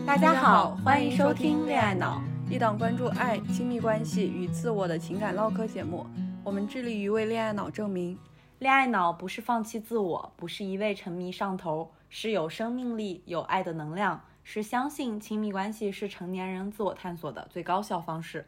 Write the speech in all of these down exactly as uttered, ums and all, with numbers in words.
大家好，欢迎收听恋爱脑， 一档关注爱、亲密关系与自我的情感唠嗑节目。我们致力于为恋爱脑证明， 恋爱脑不是放弃自我，不是一味沉迷上头，是有生命力、有爱的能量，是相信亲密关系是成年人自我探索的最高效方式。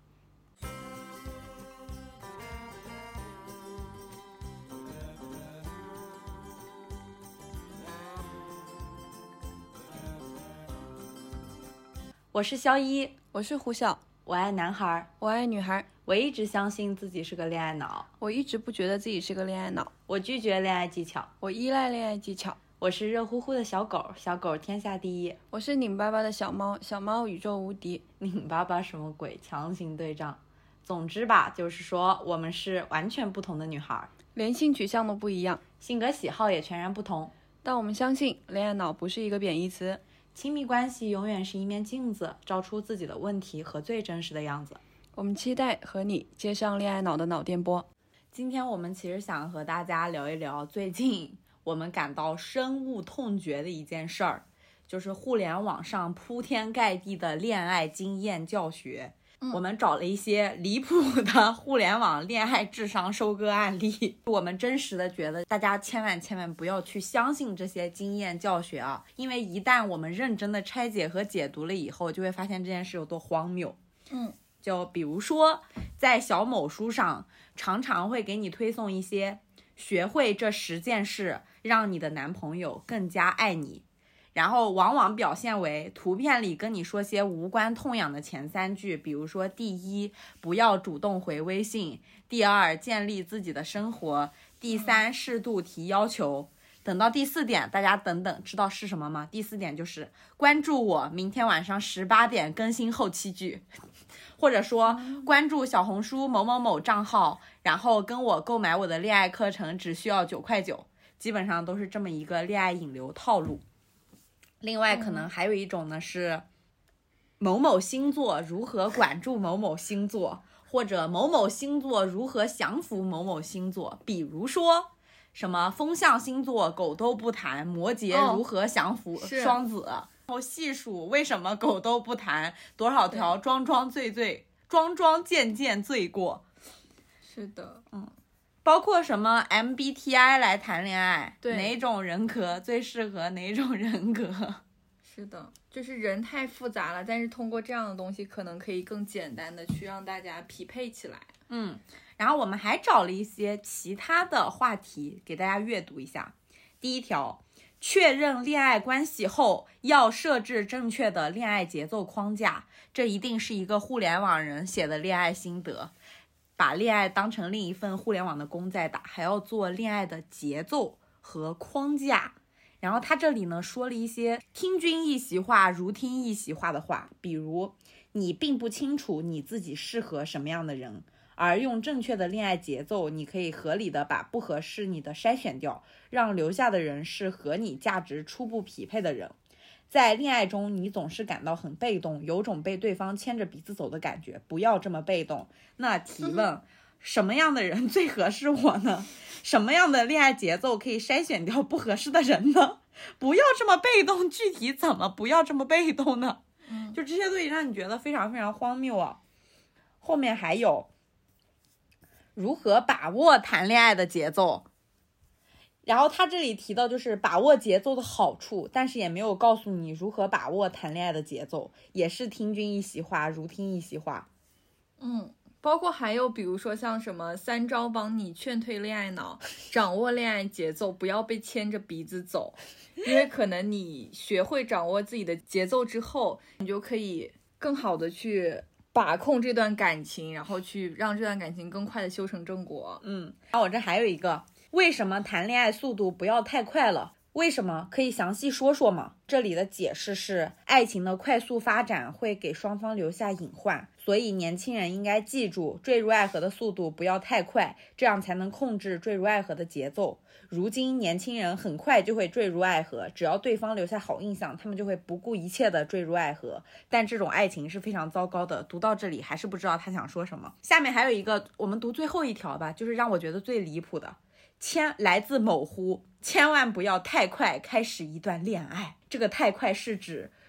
我是肖一， 我是胡晓， 我爱男孩， 我爱女孩。 我一直相信自己是个恋爱脑， 我一直不觉得自己是个恋爱脑。 我拒绝恋爱技巧， 我依赖恋爱技巧。 我是热乎乎的小狗，小狗天下第一。 我是拧巴巴的小猫，小猫宇宙无敌。 拧巴巴什么鬼？强行对仗。总之吧，就是说我们是完全不同的女孩， 连性取向都不一样， 性格喜好也全然不同。 但我们相信恋爱脑不是一个贬义词， 亲密关系永远是一面镜子，照出自己的问题和最真实的样子。 我们期待和你接上恋爱脑的脑电波。 今天我们其实想和大家聊一聊最近我们感到深恶痛绝的一件事儿，就是互联网上铺天盖地的恋爱经验教学。嗯、我们找了一些离谱的互联网恋爱智商收割案例，我们真实的觉得大家千万千万不要去相信这些经验教学啊，因为一旦我们认真的拆解和解读了以后，就会发现这件事有多荒谬。 嗯， 就比如说在小某书上常常会给你推送一些学会这十件事让你的男朋友更加爱你，然后往往表现为图片里跟你说些无关痛痒的前三句，比如说第一，不要主动回微信；第二，建立自己的生活；第三，适度提要求。等到第四点，大家等等知道是什么吗？第四点就是关注我，明天晚上十八点更新后期剧，或者说关注小红书某某某账号，然后跟我购买我的恋爱课程，只需要九块九，基本上都是这么一个恋爱引流套路。另外可能还有一种呢是某某星座如何管住某某星座，或者某某星座如何降服某某星座，比如说什么风象星座狗都不谈，摩羯如何降服双子、哦、然后细数为什么狗都不谈，多少条桩桩罪罪桩桩件件罪过。 是的， 嗯，包括什么 M B T I 来谈恋爱， 对， 哪种人格最适合哪种人格。 是的，就是人太复杂了，但是通过这样的东西可能可以更简单的去让大家匹配起来。 嗯，然后我们还找了一些其他的话题给大家阅读一下。第一条，确认恋爱关系后要设置正确的恋爱节奏框架，这一定是一个互联网人写的恋爱心得，把恋爱当成另一份互联网的工在打，还要做恋爱的节奏和框架。然后他这里呢说了一些听君一席话如听一席话的话，比如你并不清楚你自己适合什么样的人，而用正确的恋爱节奏，你可以合理的把不合适你的筛选掉，让留下的人是和你价值初步匹配的人。在恋爱中你总是感到很被动，有种被对方牵着鼻子走的感觉，不要这么被动。那提问、嗯、什么样的人最合适我呢？什么样的恋爱节奏可以筛选掉不合适的人呢？不要这么被动，具体怎么不要这么被动呢？嗯，就这些东西让你觉得非常非常荒谬啊。后面还有如何把握谈恋爱的节奏，然后他这里提到就是把握节奏的好处，但是也没有告诉你如何把握谈恋爱的节奏，也是听君一席话如听一席话。 嗯，包括还有比如说像什么三招帮你劝退恋爱脑，掌握恋爱节奏，不要被牵着鼻子走。因为可能你学会掌握自己的节奏之后，你就可以更好的去把控这段感情，然后去让这段感情更快的修成正果。 嗯，然后我这还有一个，为什么谈恋爱速度不要太快了？为什么？可以详细说说吗？这里的解释是，爱情的快速发展会给双方留下隐患，所以年轻人应该记住，坠入爱河的速度不要太快，这样才能控制坠入爱河的节奏。如今年轻人很快就会坠入爱河，只要对方留下好印象，他们就会不顾一切的坠入爱河，但这种爱情是非常糟糕的。读到这里还是不知道他想说什么。下面还有一个，我们读最后一条吧，就是让我觉得最离谱的，千来自某乎，千万不要太快开始一段恋爱。这个太快是指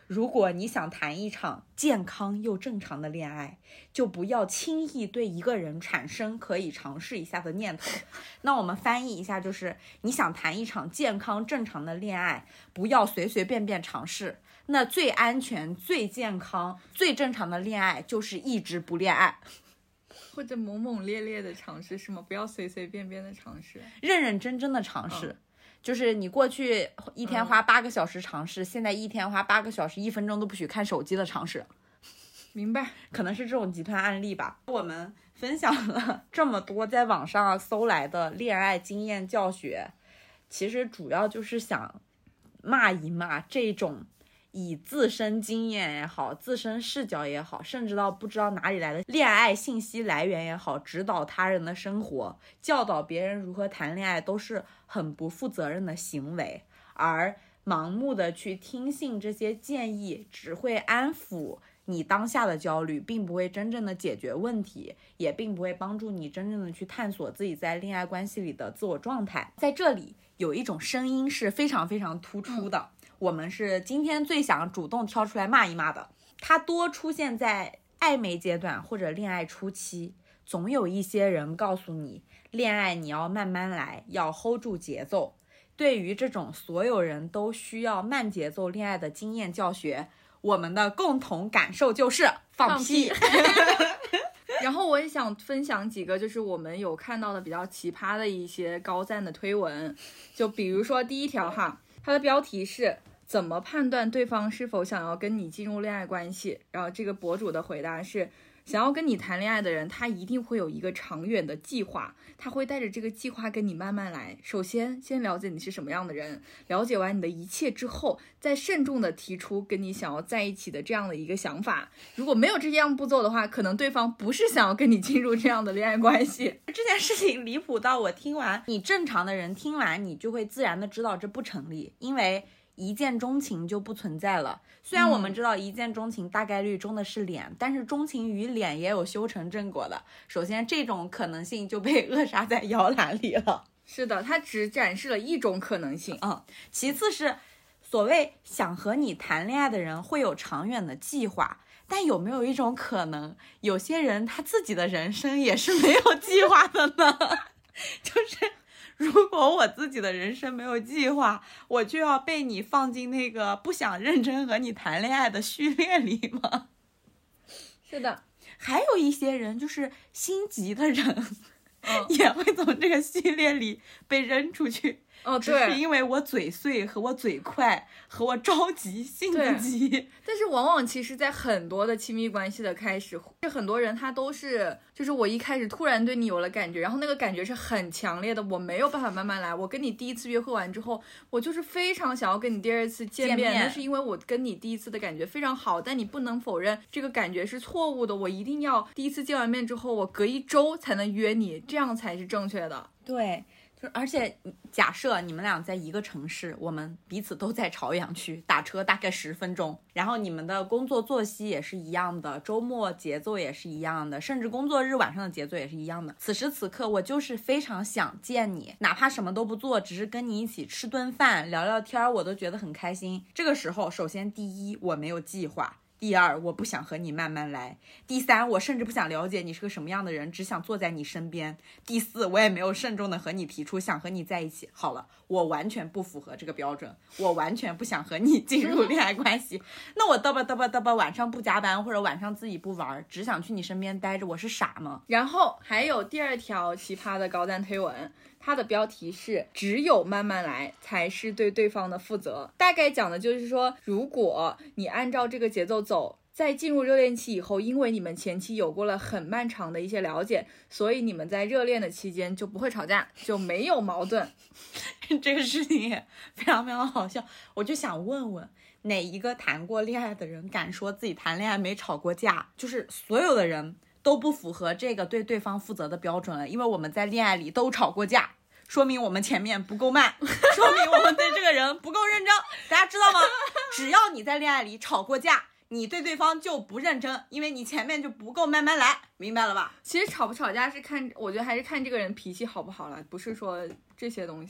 如果你想谈一场健康又正常的恋爱，就不要轻易对一个人产生可以尝试一下的念头。那我们翻译一下，就是你想谈一场健康正常的恋爱，不要随随便便尝试。那最安全、最健康、最正常的恋爱就是一直不恋爱， 或者猛猛烈烈的尝试是吗？不要随随便便的尝试， 认认真真的尝试。嗯，就是你过去一天花八个小时尝试，嗯，现在一天花八个小时一分钟都不许看手机的尝试。 明白， 可能是这种极端案例吧。我们分享了这么多在网上搜来的恋爱经验教学，其实主要就是想骂一骂这种以自身经验也好，自身视角也好，甚至到不知道哪里来的恋爱信息来源也好，指导他人的生活，教导别人如何谈恋爱，都是很不负责任的行为。而盲目的去听信这些建议，只会安抚你当下的焦虑，并不会真正的解决问题，也并不会帮助你真正的去探索自己在恋爱关系里的自我状态。在这里有一种声音是非常非常突出的，嗯，我们是今天最想主动挑出来骂一骂的。它多出现在暧昧阶段或者恋爱初期，总有一些人告诉你，恋爱你要慢慢来，要 hold 住节奏。对于这种所有人都需要慢节奏恋爱的经验教学，我们的共同感受就是放屁。 放屁然后我也想分享几个就是我们有看到的比较奇葩的一些高赞的推文，就比如说第一条哈，它的标题是怎么判断对方是否想要跟你进入恋爱关系，然后这个博主的回答是，想要跟你谈恋爱的人，他一定会有一个长远的计划，他会带着这个计划跟你慢慢来。首先先了解你是什么样的人，了解完你的一切之后，再慎重的提出跟你想要在一起的这样的一个想法。如果没有这样步骤的话，可能对方不是想要跟你进入这样的恋爱关系。 这件事情离谱到我听完，你正常的人听完你就会自然的知道这不成立，因为一见钟情就不存在了。虽然我们知道一见钟情大概率中的是脸，嗯，但是钟情于脸也有修成正果的。首先这种可能性就被扼杀在摇篮里了。 是的，它只展示了一种可能性。 嗯，其次是所谓想和你谈恋爱的人会有长远的计划，但有没有一种可能，有些人他自己的人生也是没有计划的呢？就是如果我自己的人生没有计划，我就要被你放进那个不想认真和你谈恋爱的序列里吗？ 是的， 还有一些人就是心急的人，嗯，也会从这个序列里被扔出去。 哦， 对，只是因为我嘴碎和我嘴快和我着急性子急。 但是往往其实在很多的亲密关系的开始，很多人他都是就是我一开始突然对你有了感觉，然后那个感觉是很强烈的，我没有办法慢慢来。我跟你第一次约会完之后，我就是非常想要跟你第二次见面， 见面那是因为我跟你第一次的感觉非常好，但你不能否认这个感觉是错误的，我一定要第一次见完面之后，我隔一周才能约你，这样才是正确的。 对，就而且假设你们俩在一个城市，我们彼此都在朝阳区，打车大概十分钟，然后你们的工作作息也是一样的，周末节奏也是一样的，甚至工作日晚上的节奏也是一样的。此时此刻我就是非常想见你，哪怕什么都不做，只是跟你一起吃顿饭聊聊天，我都觉得很开心。这个时候首先第一，我没有计划，第二，我不想和你慢慢来，第三，我甚至不想了解你是个什么样的人，只想坐在你身边，第四，我也没有慎重的和你提出想和你在一起。好了，我完全不符合这个标准，我完全不想和你进入恋爱关系。那我嘚吧嘚吧嘚吧晚上不加班，或者晚上自己不玩，只想去你身边待着，我是傻吗？ 然后还有第二条奇葩的高赞推文，它的标题是只有慢慢来才是对对方的负责。大概讲的就是说，如果你按照这个节奏走，在进入热恋期以后，因为你们前期有过了很漫长的一些了解，所以你们在热恋的期间就不会吵架，就没有矛盾。 这个事情也非常非常好笑。我就想问问，哪一个谈过恋爱的人敢说自己谈恋爱没吵过架？就是所有的人都不符合这个对对方负责的标准了，因为我们在恋爱里都吵过架，说明我们前面不够慢，说明我们对这个人不够认真。大家知道吗？只要你在恋爱里吵过架，你对对方就不认真，因为你前面就不够慢慢来，明白了吧？ 其实吵不吵架是看，我觉得还是看这个人脾气好不好了，不是说这些东西。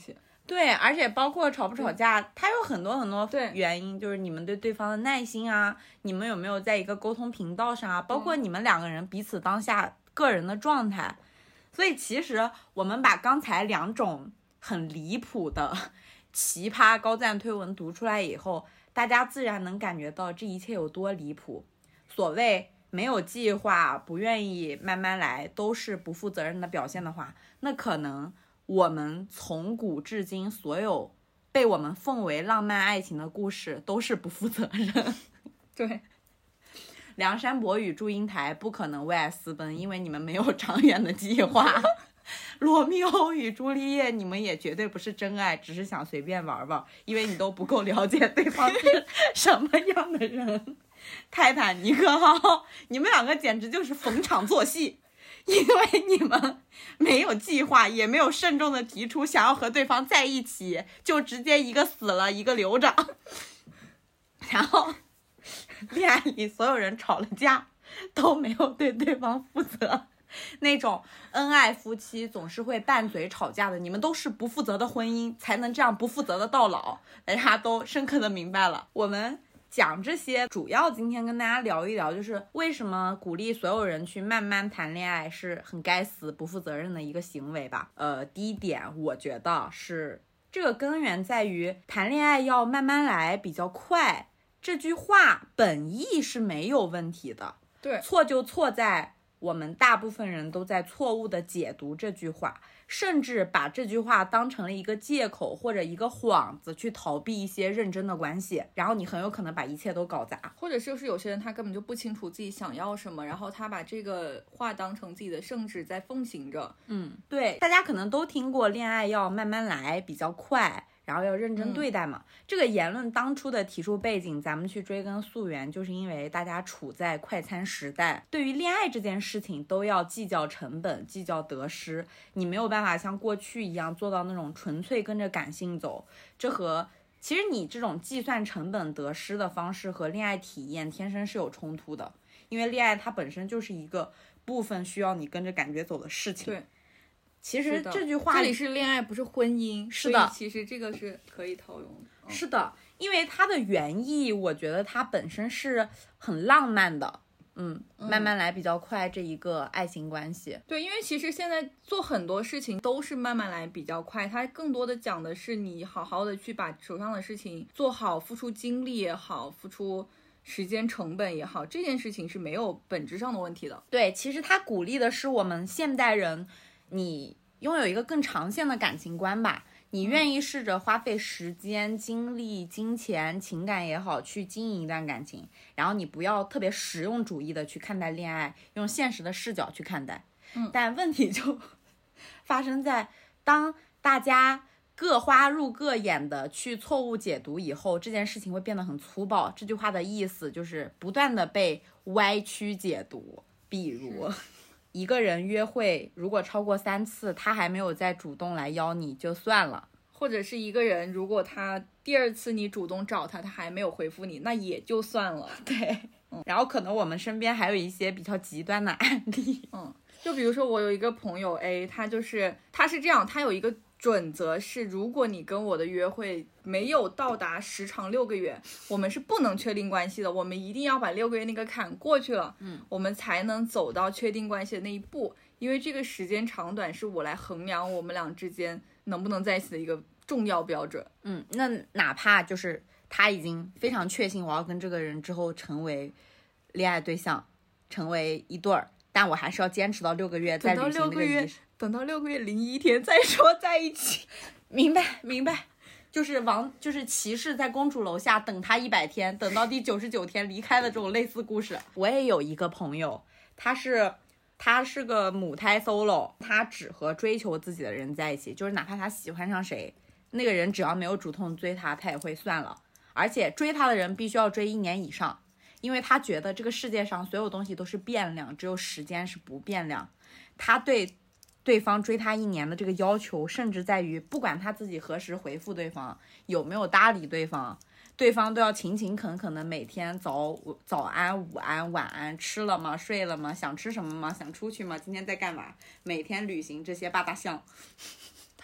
对，而且包括吵不吵架，它有很多很多对原因，就是你们对对方的耐心啊，你们有没有在一个沟通频道上啊，包括你们两个人彼此当下个人的状态。所以其实我们把刚才两种很离谱的奇葩高赞推文读出来以后，大家自然能感觉到这一切有多离谱。所谓没有计划，不愿意慢慢来，都是不负责任的表现的话，那可能我们从古至今所有被我们奉为浪漫爱情的故事都是不负责任。 对， 梁山伯与祝英台不可能为爱私奔，因为你们没有长远的计划。罗密欧与朱丽叶，你们也绝对不是真爱，只是想随便玩玩，因为你都不够了解对方是什么样的人。泰坦尼克号，你们两个简直就是逢场作戏，因为你们没有计划，也没有慎重的提出想要和对方在一起，就直接一个死了，一个留着。然后恋爱里所有人吵了架都没有对对方负责，那种恩爱夫妻总是会拌嘴吵架的，你们都是不负责的婚姻，才能这样不负责的到老。大家都深刻的明白了。我们讲这些主要今天跟大家聊一聊，就是为什么鼓励所有人去慢慢谈恋爱是很该死不负责任的一个行为吧。呃，第一点我觉得是这个根源在于谈恋爱要慢慢来比较快，这句话本意是没有问题的。 对， 错就错在我们大部分人都在错误的解读这句话，甚至把这句话当成了一个借口或者一个幌子去逃避一些认真的关系，然后你很有可能把一切都搞砸。 或者就是有些人他根本就不清楚自己想要什么，然后他把这个话当成自己的圣旨在奉行着。 嗯，对，大家可能都听过恋爱要慢慢来比较快，然后要认真对待嘛、嗯、这个言论当初的提出背景，咱们去追根溯源，就是因为大家处在快餐时代，对于恋爱这件事情都要计较成本，计较得失，你没有办法像过去一样做到那种纯粹跟着感性走。这和其实你这种计算成本得失的方式和恋爱体验天生是有冲突的，因为恋爱它本身就是一个部分需要你跟着感觉走的事情。 对， 其实这句话这里是恋爱不是婚姻， 是的， 其实这个是可以套用的、 嗯、是的，因为它的原意我觉得它本身是很浪漫的。嗯，慢慢来比较快，这一个爱情关系。 对，因为其实现在做很多事情都是慢慢来比较快，它更多的讲的是你好好的去把手上的事情做好，付出精力也好，付出时间成本也好，这件事情是没有本质上的问题的。 对，其实它鼓励的是我们现代人，你拥有一个更长线的感情观吧。你愿意试着花费时间、精力、金钱、情感也好，去经营一段感情，然后你不要特别实用主义的去看待恋爱，用现实的视角去看待。 嗯， 但问题就发生在当大家各花入各眼的去错误解读以后，这件事情会变得很粗暴。这句话的意思就是不断的被歪曲解读。比如一个人约会如果超过三次，他还没有再主动来邀你就算了， 或者是一个人如果他第二次你主动找他，他还没有回复你，那也就算了。 对、嗯、然后可能我们身边还有一些比较极端的案例。 嗯，就比如说我有一个朋友 A， 他就是他是这样，他有一个准则是，如果你跟我的约会没有到达时长六个月，我们是不能确定关系的，我们一定要把六个月那个坎过去了， 嗯， 我们才能走到确定关系的那一步。因为这个时间长短是我来衡量我们俩之间能不能在一起的一个重要标准。 嗯，那哪怕就是他已经非常确信我要跟这个人之后成为恋爱对象，成为一对儿，但我还是要坚持到六个月再履行那个仪式。 等到六个月零一天再说在一起。 明白明白，就是王就是骑士在公主楼下等他一百天，等到第九十九天离开的这种类似故事。我也有一个朋友，他是他是个母胎 solo， 他只和追求自己的人在一起，就是哪怕他喜欢上谁，那个人只要没有主动追他，他也会算了。而且追他的人必须要追一年以上，因为他觉得这个世界上所有东西都是变量，只有时间是不变量。他对对方追他一年的这个要求，甚至在于不管他自己何时回复对方，有没有搭理对方，对方都要勤勤恳恳的每天早早安、午安、晚安，吃了吗？睡了吗？想吃什么吗？想出去吗？今天在干嘛？每天履行这些八大项。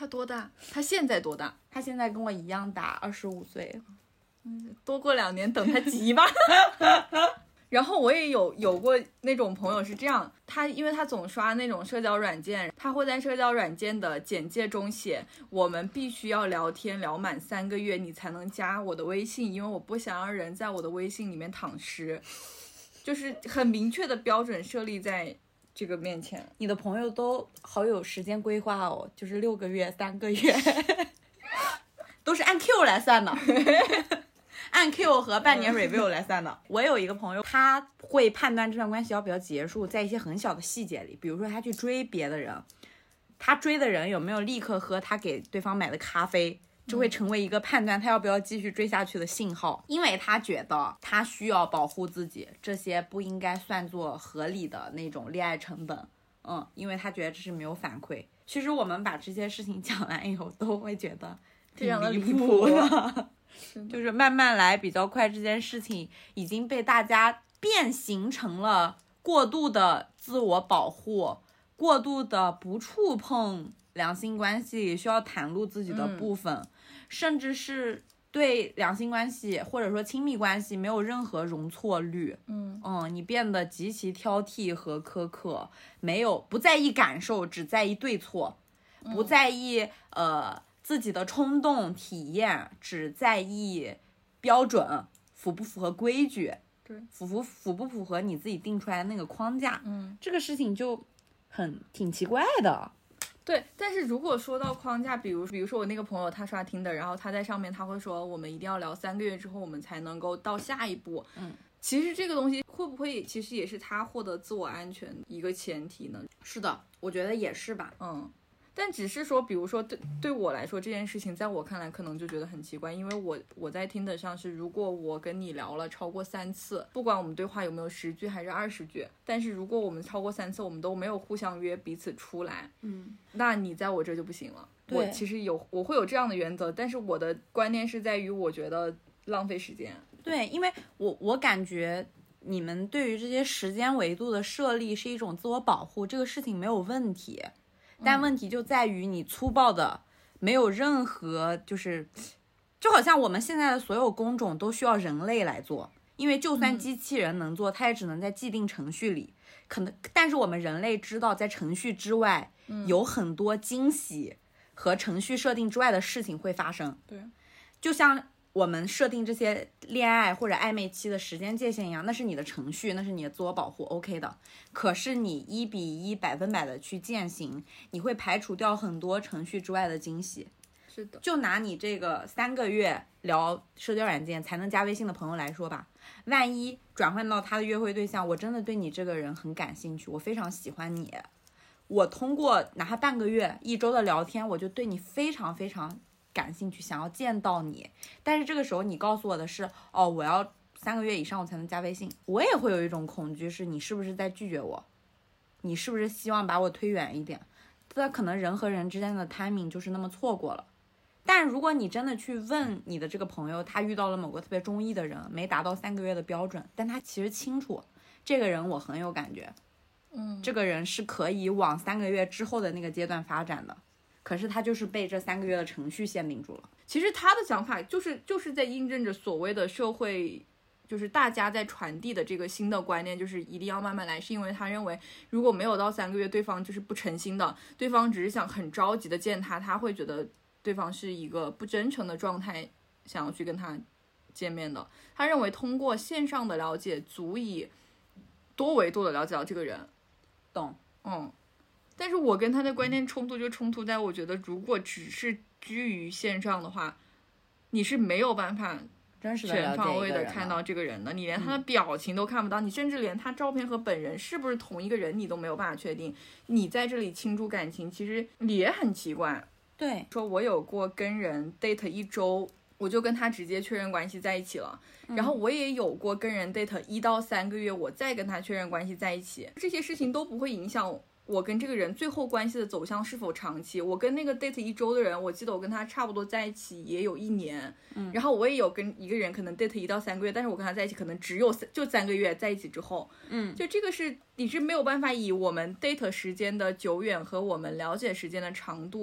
他多大？他现在多大？ 他现在跟我一样大，二十五岁。 嗯，多过两年等他急吧。然后我也有有过那种朋友是这样，他因为他总刷那种社交软件，他会在社交软件的简介中写我们必须要聊天聊满三个月你才能加我的微信，因为我不想让人在我的微信里面躺尸，就是很明确的标准设立在这个面前。 你的朋友都好有时间规划哦，就是六个月三个月都是按 Q 来算的按 Q 和半年 review 来算的。我有一个朋友，他会判断这段关系要不要结束，在一些很小的细节里，比如说他去追别的人，他追的人有没有立刻喝他给对方买的咖啡，就会成为一个判断他要不要继续追下去的信号，因为他觉得他需要保护自己，这些不应该算作合理的那种恋爱成本。嗯，因为他觉得这是没有反馈。其实我们把这些事情讲完以后，都会觉得非常的离谱谱。 就是慢慢来比较快，这件事情已经被大家变形成了过度的自我保护，过度的不触碰两性关系里需要袒露自己的部分、嗯、甚至是对两性关系或者说亲密关系没有任何容错率。 嗯嗯，你变得极其挑剔和苛刻，没有不在意感受，只在意对错，不在意、嗯、呃自己的冲动体验，只在意标准符不符合规矩， 对， 符不符不符合你自己定出来的那个框架。 嗯， 这个事情就很挺奇怪的。 对，但是如果说到框架，比如比如说我那个朋友他刷听的，然后他在上面他会说我们一定要聊三个月之后我们才能够到下一步。 嗯， 其实这个东西会不会其实也是他获得自我安全一个前提呢？ 是的，我觉得也是吧。 嗯，但只是说比如说对对我来说这件事情在我看来可能就觉得很奇怪，因为我我在听的上是如果我跟你聊了超过三次，不管我们对话有没有十句还是二十句，但是如果我们超过三次我们都没有互相约彼此出来， 嗯， 那你在我这就不行了。我其实有我会有这样的原则，但是我的观念是在于我觉得浪费时间。 对，因为我我感觉你们对于这些时间维度的设立是一种自我保护，这个事情没有问题，但问题就在于你粗暴的没有任何就是就好像我们现在的所有工种都需要人类来做，因为就算机器人能做、嗯、它也只能在既定程序里，可能但是我们人类知道在程序之外、嗯、有很多惊喜和程序设定之外的事情会发生。 对， 就像我们设定这些恋爱或者暧昧期的时间界限一样，那是你的程序，那是你的自我保护 OK 的。可是你一比一百分百的去践行，你会排除掉很多程序之外的惊喜。 是的， 就拿你这个三个月聊社交软件才能加微信的朋友来说吧，万一转换到他的约会对象，我真的对你这个人很感兴趣，我非常喜欢你，我通过哪怕半个月一周的聊天，我就对你非常非常感兴趣，想要见到你，但是这个时候你告诉我的是哦，我要三个月以上我才能加微信，我也会有一种恐惧，是你是不是在拒绝我，你是不是希望把我推远一点，这可能人和人之间的 timing 就是那么错过了。但如果你真的去问你的这个朋友，他遇到了某个特别中意的人，没达到三个月的标准，但他其实清楚这个人我很有感觉， 嗯， 这个人是可以往三个月之后的那个阶段发展的，可是他就是被这三个月的程序限定住了。 其实他的想法就是就是在印证着所谓的社会，就是大家在传递的这个新的观念，就是一定要慢慢来，是因为他认为如果没有到三个月对方就是不诚心的，对方只是想很着急的见他，他会觉得对方是一个不真诚的状态想要去跟他见面的。他认为通过线上的了解足以多维度的了解到这个人。 懂。 嗯，但是我跟他的观念冲突就冲突在我觉得如果只是居于线上的话，你是没有办法全方位的看到这个人的，你连他的表情都看不到、嗯、你甚至连他照片和本人是不是同一个人你都没有办法确定，你在这里倾注感情其实也很奇怪。 对， 说我有过跟人 date 一周我就跟他直接确认关系在一起了、嗯、然后我也有过跟人 date 一到三个月我再跟他确认关系在一起，这些事情都不会影响我跟这个人最后关系的走向是否长期。我跟那个 date 一周的人，我记得我跟他差不多在一起也有一年、嗯、然后我也有跟一个人可能 date 一到三个月，但是我跟他在一起可能只有就三个月，在一起之后嗯， 就这个是你是没有办法以我们 date 时间的久远和我们了解时间的长度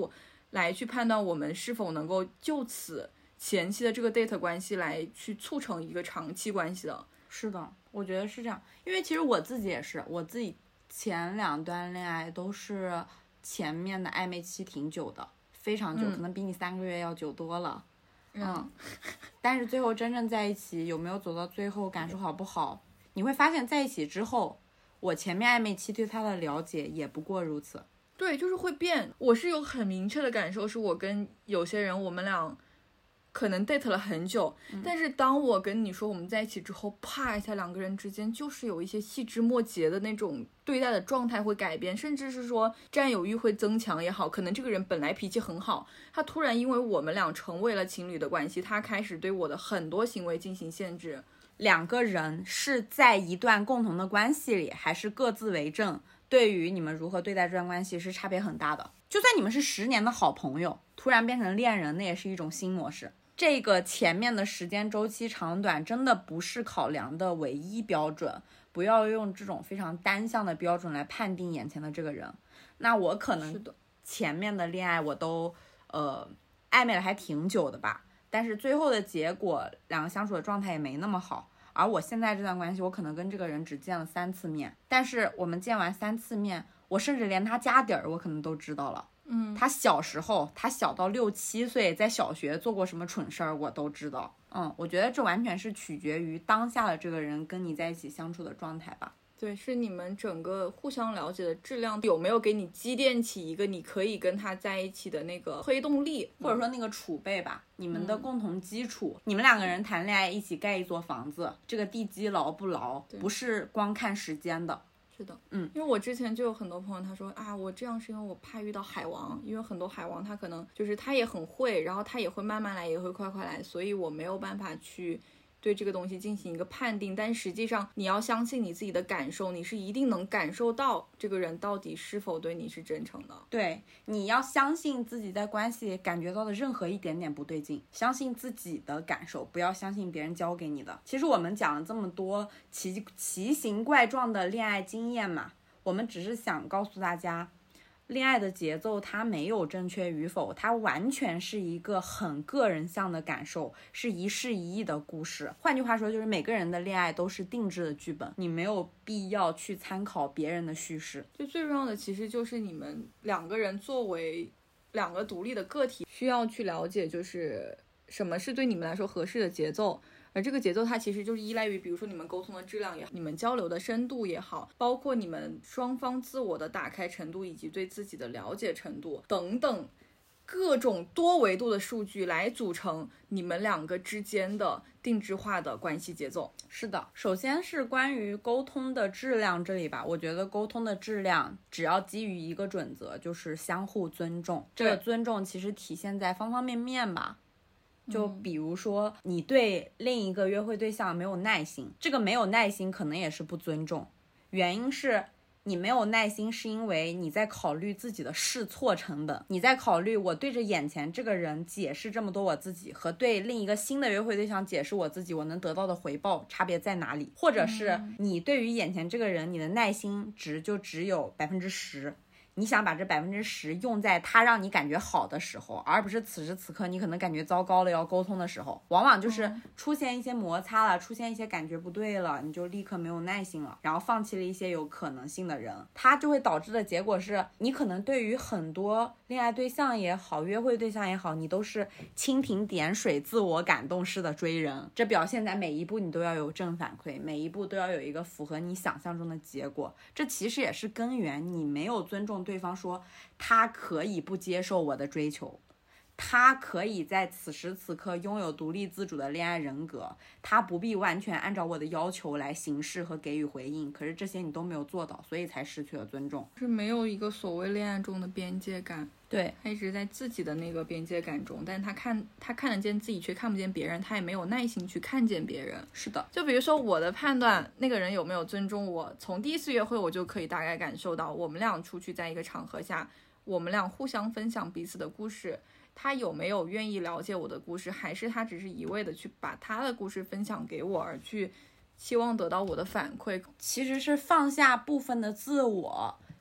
来去判断我们是否能够就此前期的这个 date 关系来去促成一个长期关系的。 是的，我觉得是这样，因为其实我自己也是，我自己前两段恋爱都是前面的暧昧期挺久的，非常久， 嗯、 可能比你三个月要久多了。 嗯， 嗯但是最后真正在一起有没有走到最后，感受好不好，你会发现在一起之后，我前面暧昧期对他的了解也不过如此。 对，就是会变。我是有很明确的感受，是我跟有些人我们俩可能 date 了很久、嗯、但是当我跟你说我们在一起之后，啪一下两个人之间就是有一些细枝末节的那种对待的状态会改变，甚至是说占有欲会增强也好，可能这个人本来脾气很好，他突然因为我们俩成为了情侣的关系，他开始对我的很多行为进行限制。 两个人是在一段共同的关系里，还是各自为政，对于你们如何对待这段关系是差别很大的。就算你们是十年的好朋友，突然变成恋人，那也是一种新模式。这个前面的时间周期长短真的不是考量的唯一标准，不要用这种非常单向的标准来判定眼前的这个人。那我可能前面的恋爱我都呃暧昧了还挺久的吧，但是最后的结果两个相处的状态也没那么好。而我现在这段关系，我可能跟这个人只见了三次面，但是我们见完三次面，我甚至连他家底儿我可能都知道了。 嗯， 他小时候，他小到六七岁，在小学做过什么蠢事儿，我都知道。嗯，我觉得这完全是取决于当下的这个人跟你在一起相处的状态吧。 对，是你们整个互相了解的质量有没有给你积淀起一个你可以跟他在一起的那个推动力， 或者说那个储备吧，你们的共同基础、嗯、你们两个人谈恋爱一起盖一座房子，这个地基牢不牢，不是光看时间的。 是的， 嗯， 因为我之前就有很多朋友他说啊，我这样是因为我怕遇到海王，因为很多海王他可能就是他也很会，然后他也会慢慢来，也会快快来，所以我没有办法去对这个东西进行一个判定。但实际上你要相信你自己的感受，你是一定能感受到这个人到底是否对你是真诚的。 对，你要相信自己在关系里感觉到的任何一点点不对劲，相信自己的感受，不要相信别人教给你的。其实我们讲了这么多奇奇形怪状的恋爱经验嘛，我们只是想告诉大家，恋爱的节奏它没有正确与否，它完全是一个很个人向的感受，是一事一议的故事。换句话说，就是每个人的恋爱都是定制的剧本，你没有必要去参考别人的叙事。 就最重要的其实就是你们两个人作为两个独立的个体，需要去了解就是什么是对你们来说合适的节奏。而这个节奏它其实就是依赖于比如说你们沟通的质量也好，你们交流的深度也好，包括你们双方自我的打开程度以及对自己的了解程度等等各种多维度的数据来组成你们两个之间的定制化的关系节奏。 是的，首先是关于沟通的质量这里吧，我觉得沟通的质量只要基于一个准则，就是相互尊重。这个尊重其实体现在方方面面吧。就比如说你对另一个约会对象没有耐心，这个没有耐心可能也是不尊重，原因是你没有耐心是因为你在考虑自己的试错成本，你在考虑我对着眼前这个人解释这么多我自己和对另一个新的约会对象解释我自己我能得到的回报差别在哪里，或者是你对于眼前这个人你的耐心值就只有百分之十，你想把这百分之十用在他让你感觉好的时候，而不是此时此刻你可能感觉糟糕了要沟通的时候，往往就是出现一些摩擦了，出现一些感觉不对了，你就立刻没有耐心了，然后放弃了一些有可能性的人，它就会导致的结果是你可能对于很多恋爱对象也好，约会对象也好，你都是蜻蜓点水自我感动式的追人，这表现在每一步你都要有正反馈，每一步都要有一个符合你想象中的结果，这其实也是根源，你没有尊重对方，说他可以不接受我的追求，他可以在此时此刻拥有独立自主的恋爱人格，他不必完全按照我的要求来行事和给予回应，可是这些你都没有做到，所以才失去了尊重， 是没有一个所谓恋爱中的边界感。 对， 他一直在自己的那个边界感中，但是他看他看得见自己却看不见别人，他也没有耐心去看见别人。 是的， 就比如说我的判断那个人有没有尊重我，从第一次约会我就可以大概感受到，我们俩出去在一个场合下，我们俩互相分享彼此的故事，他有没有愿意了解我的故事，还是他只是一味的去把他的故事分享给我，而去期望得到我的反馈。 其实是放下部分的自我，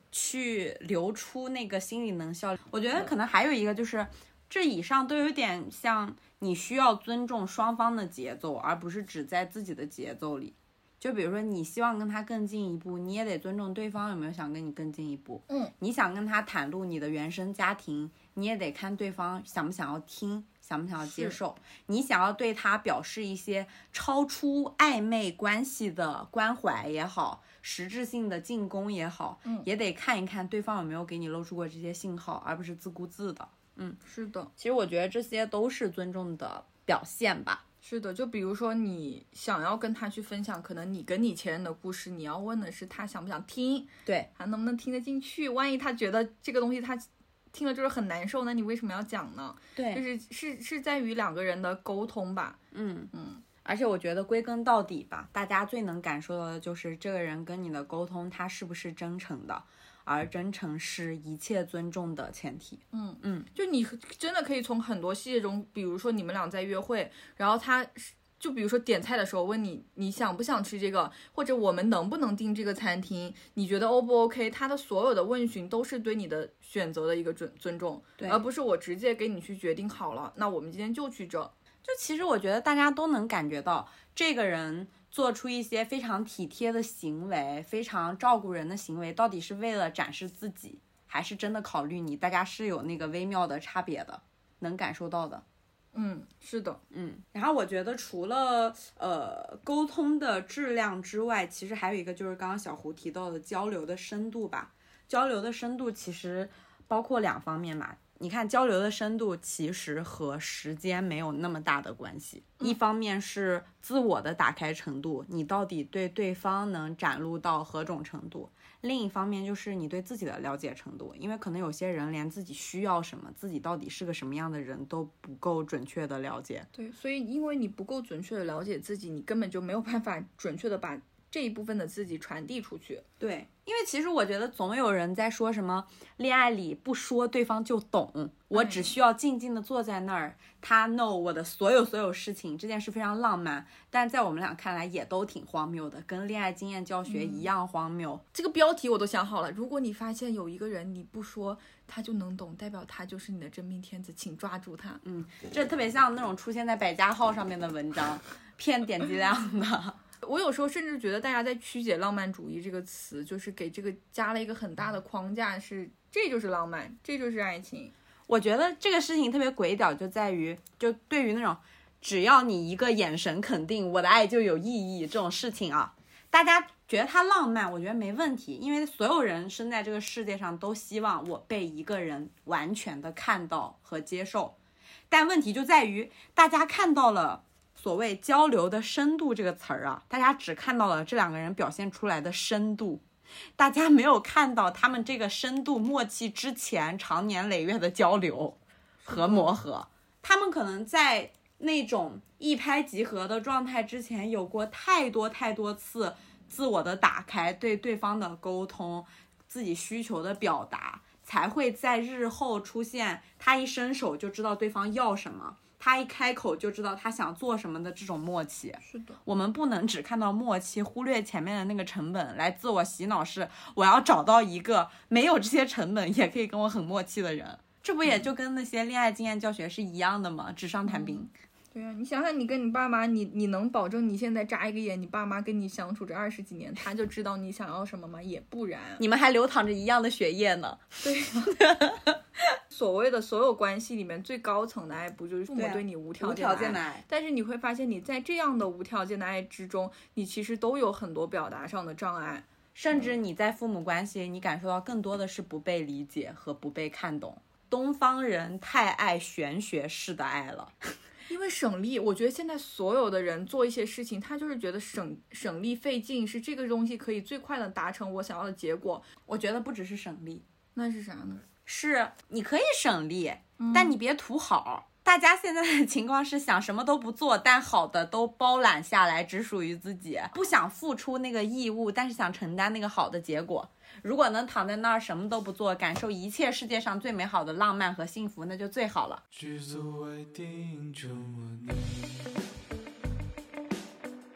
去留出那个心理能效。我觉得可能还有一个就是，这以上都有点像你需要尊重双方的节奏，而不是只在自己的节奏里。就比如说你希望跟他更进一步，你也得尊重对方有没有想跟你更进一步。 嗯， 你想跟他袒露你的原生家庭，你也得看对方想不想要听，想不想要接受。你想要对他表示一些超出暧昧关系的关怀也好，实质性的进攻也好， 嗯， 也得看一看对方有没有给你露出过这些信号，而不是自顾自的。嗯， 是的， 其实我觉得这些都是尊重的表现吧。 是的，就比如说你想要跟他去分享可能你跟你前任的故事，你要问的是他想不想听， 对， 他能不能听得进去。万一他觉得这个东西他听了就是很难受，那你为什么要讲呢？ 对， 就是是是在于两个人的沟通吧。 嗯嗯， 而且我觉得归根到底吧，大家最能感受到的就是这个人跟你的沟通他是不是真诚的，而真诚是一切尊重的前提。 嗯嗯， 就你真的可以从很多细节中，比如说你们俩在约会，然后他就比如说点菜的时候问你你想不想吃这个，或者我们能不能订这个餐厅，你觉得 O 不 OK， 他的所有的问询都是对你的选择的一个尊尊重， 对， 而不是我直接给你去决定好了，那我们今天就去这。 就其实我觉得大家都能感觉到这个人做出一些非常体贴的行为，非常照顾人的行为，到底是为了展示自己，还是真的考虑你，大家是有那个微妙的差别的，能感受到的。 嗯，是的， 嗯，然后我觉得除了呃沟通的质量之外，其实还有一个就是刚刚小胡提到的交流的深度吧。交流的深度其实包括两方面嘛。你看交流的深度其实和时间没有那么大的关系，一方面是自我的打开程度，你到底对对方能展露到何种程度，另一方面就是你对自己的了解程度，因为可能有些人连自己需要什么，自己到底是个什么样的人都不够准确的了解。 对，所以因为你不够准确的了解自己，你根本就没有办法准确的把这一部分的自己传递出去。 对，因为其实我觉得总有人在说什么恋爱里不说对方就懂，我只需要静静的坐在那儿，他 know 我的所有所有事情，这件事非常浪漫，但在我们俩看来也都挺荒谬的，跟恋爱经验教学一样荒谬。 嗯，这个标题我都想好了，如果你发现有一个人你不说他就能懂，代表他就是你的真命天子，请抓住他。 嗯，这特别像那种出现在百家号上面的文章，骗点击量的。 我有时候甚至觉得大家在曲解浪漫主义这个词，就是给这个加了一个很大的框架，是这就是浪漫，这就是爱情。 我觉得这个事情特别鬼屌，就在于就对于那种只要你一个眼神肯定我的爱就有意义这种事情啊，大家觉得它浪漫，我觉得没问题，因为所有人生在这个世界上都希望我被一个人完全的看到和接受，但问题就在于大家看到了所谓交流的深度这个词儿啊，大家只看到了这两个人表现出来的深度，大家没有看到他们这个深度默契之前长年累月的交流和磨合。他们可能在那种一拍即合的状态之前有过太多太多次自我的打开，对对方的沟通，自己需求的表达，才会在日后出现他一伸手就知道对方要什么，他一开口就知道他想做什么的这种默契。 是的， 我们不能只看到默契，忽略前面的那个成本，来自我洗脑是我要找到一个没有这些成本也可以跟我很默契的人。这不也就跟那些恋爱经验教学是一样的吗？纸上谈兵。 嗯，对啊，你想想，你跟你爸妈，你你能保证你现在眨一个眼，你爸妈跟你相处这二十几年，他就知道你想要什么吗？也不然， 你们还流淌着一样的血液呢。 对啊，所谓的所有关系里面最高层的爱，不就是父母对你无条件的爱？ 无条件的爱。 但是你会发现，你在这样的无条件的爱之中，你其实都有很多表达上的障碍， 甚至你在父母关系里，你感受到更多的是不被理解和不被看懂。东方人太爱玄学式的爱了。 因为省力，我觉得现在所有的人做一些事情，他就是觉得省省力费劲，是这个东西可以最快的达成我想要的结果。 我觉得不只是省力， 那是啥呢？ 是你可以省力，嗯，但你别图好。大家现在的情况是想什么都不做，但好的都包揽下来，只属于自己，不想付出那个义务，但是想承担那个好的结果。如果能躺在那儿什么都不做，感受一切世界上最美好的浪漫和幸福，那就最好了。剧组外电影中我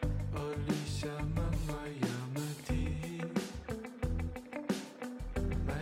你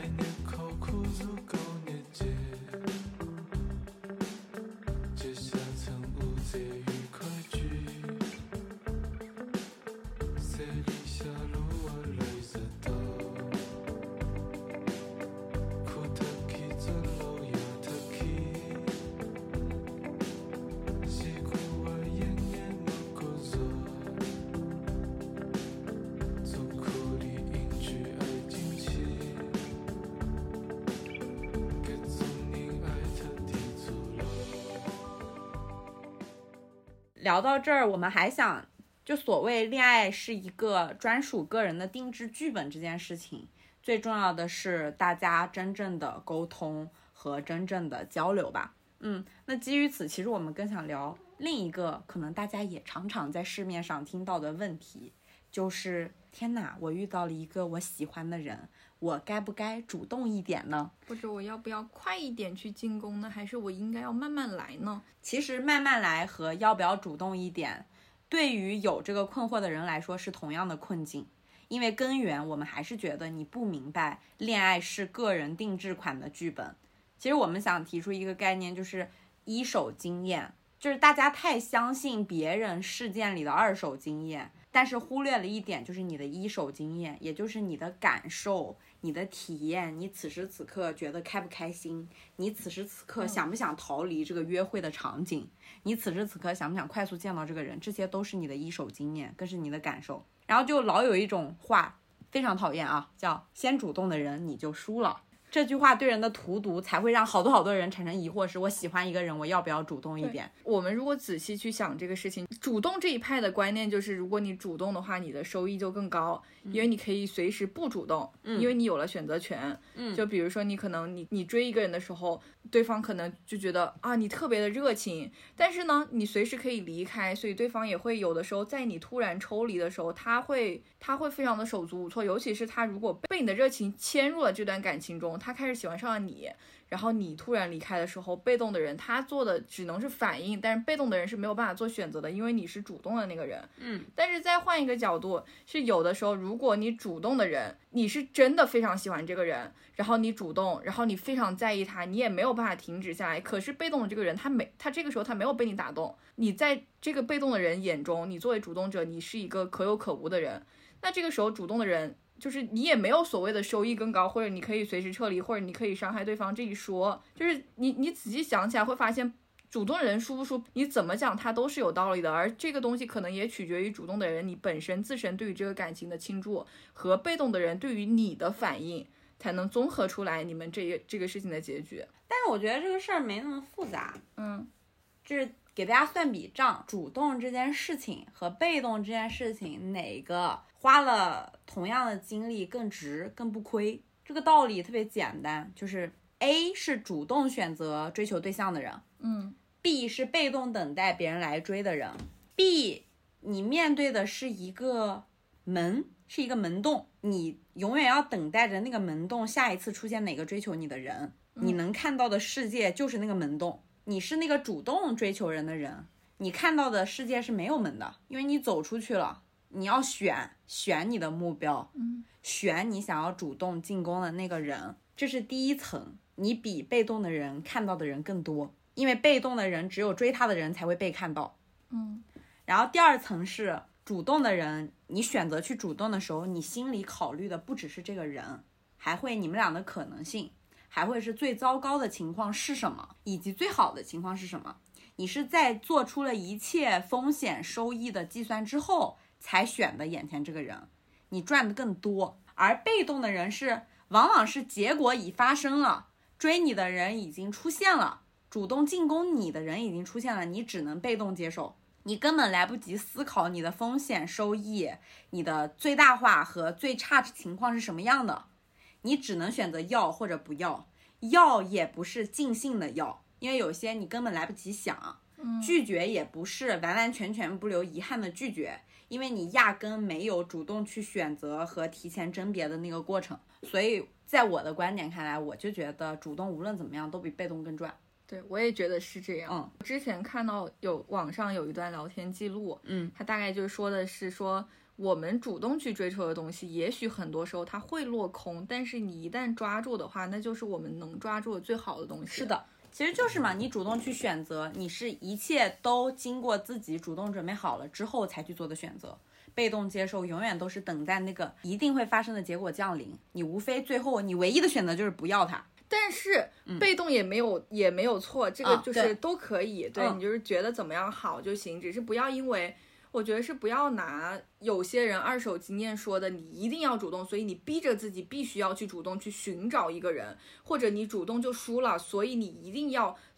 聊到这儿，我们还想，就所谓恋爱是一个专属个人的定制剧本这件事情，最重要的是大家真正的沟通和真正的交流吧。嗯，那基于此，其实我们更想聊另一个可能大家也常常在市面上听到的问题，就是天哪，我遇到了一个我喜欢的人，我该不该主动一点呢？ 或者我要不要快一点去进攻呢？还是我应该要慢慢来呢？ 其实慢慢来和要不要主动一点，对于有这个困惑的人来说是同样的困境。因为根源我们还是觉得你不明白恋爱是个人定制款的剧本。其实我们想提出一个概念，就是一手经验，就是大家太相信别人事件里的二手经验，但是忽略了一点，就是你的一手经验，也就是你的感受、你的体验，你此时此刻觉得开不开心，你此时此刻想不想逃离这个约会的场景，你此时此刻想不想快速见到这个人，这些都是你的一手经验，更是你的感受。然后就老有一种话非常讨厌啊，叫先主动的人你就输了。这句话对人的荼毒才会让好多好多人产生疑惑，是我喜欢一个人，我要不要主动一点？ 我们如果仔细去想这个事情，主动这一派的观念就是，如果你主动的话，你的收益就更高，因为你可以随时不主动， 嗯、 因为你有了选择权。 嗯， 就比如说你可能你你追一个人的时候，对方可能就觉得啊你特别的热情，但是呢你随时可以离开，所以对方也会有的时候在你突然抽离的时候，他会他会非常的手足无措，尤其是他如果被你的热情牵入了这段感情中，他开始喜欢上了你，然后你突然离开的时候，被动的人他做的只能是反应，但是被动的人是没有办法做选择的，因为你是主动的那个人。 嗯， 但是再换一个角度，是有的时候如果你主动的人，你是真的非常喜欢这个人，然后你主动，然后你非常在意他，你也没有办法停止下来，可是被动的这个人他没他这个时候他没有被你打动，你在这个被动的人眼中，你作为主动者，你是一个可有可无的人，那这个时候主动的人就是你也没有所谓的收益更高，或者你可以随时撤离，或者你可以伤害对方这一说，就是你你仔细想起来会发现，主动人输不输，你怎么讲它都是有道理的，而这个东西可能也取决于主动的人你本身自身对于这个感情的倾注，和被动的人对于你的反应，才能综合出来你们这这个事情的结局。 但是我觉得这个事儿没那么复杂， 嗯， 就是给大家算笔账，主动这件事情和被动这件事情，哪个花了同样的精力更值更不亏？这个道理特别简单，就是 A 是主动选择追求对象的人， 嗯 B 是被动等待别人来追的人。 B 你面对的是一个门，是一个门洞，你永远要等待着那个门洞下一次出现哪个追求你的人，你能看到的世界就是那个门洞。你是那个主动追求人的人，你看到的世界是没有门的，因为你走出去了，你要选选你的目标， 嗯， 选你想要主动进攻的那个人，这是第一层。你比被动的人看到的人更多，因为被动的人只有追他的人才会被看到。 嗯， 然后第二层是主动的人，你选择去主动的时候，你心里考虑的不只是这个人，还会你们俩的可能性，还会是最糟糕的情况是什么，以及最好的情况是什么。你是在做出了一切风险收益的计算之后才选的眼前这个人，你赚的更多。而被动的人是往往是结果已发生了，追你的人已经出现了，主动进攻你的人已经出现了，你只能被动接受，你根本来不及思考你的风险收益，你的最大化和最差情况是什么样的，你只能选择要或者不要。要也不是尽兴的要，因为有些你根本来不及想。拒绝也不是完完全全不留遗憾的拒绝，因为你压根没有主动去选择和提前甄别的那个过程。所以在我的观点看来，我就觉得主动无论怎么样都比被动更赚。 对，我也觉得是这样。 嗯， 之前看到有网上有一段聊天记录， 嗯， 他大概就是说的是说，我们主动去追求的东西，也许很多时候它会落空，但是你一旦抓住的话，那就是我们能抓住的最好的东西。 是的，其实就是嘛，你主动去选择，你是一切都经过自己主动准备好了之后才去做的选择。被动接受永远都是等待那个一定会发生的结果降临，你无非最后你唯一的选择就是不要它。 但是被动也没有、嗯、也没有错，这个就是都可以、啊、对, 对、嗯、你就是觉得怎么样好就行，只是不要因为我觉得是不要拿有些人二手经验说的你一定要主动，所以你逼着自己必须要去主动去寻找一个人，或者你主动就输了，所以你一定要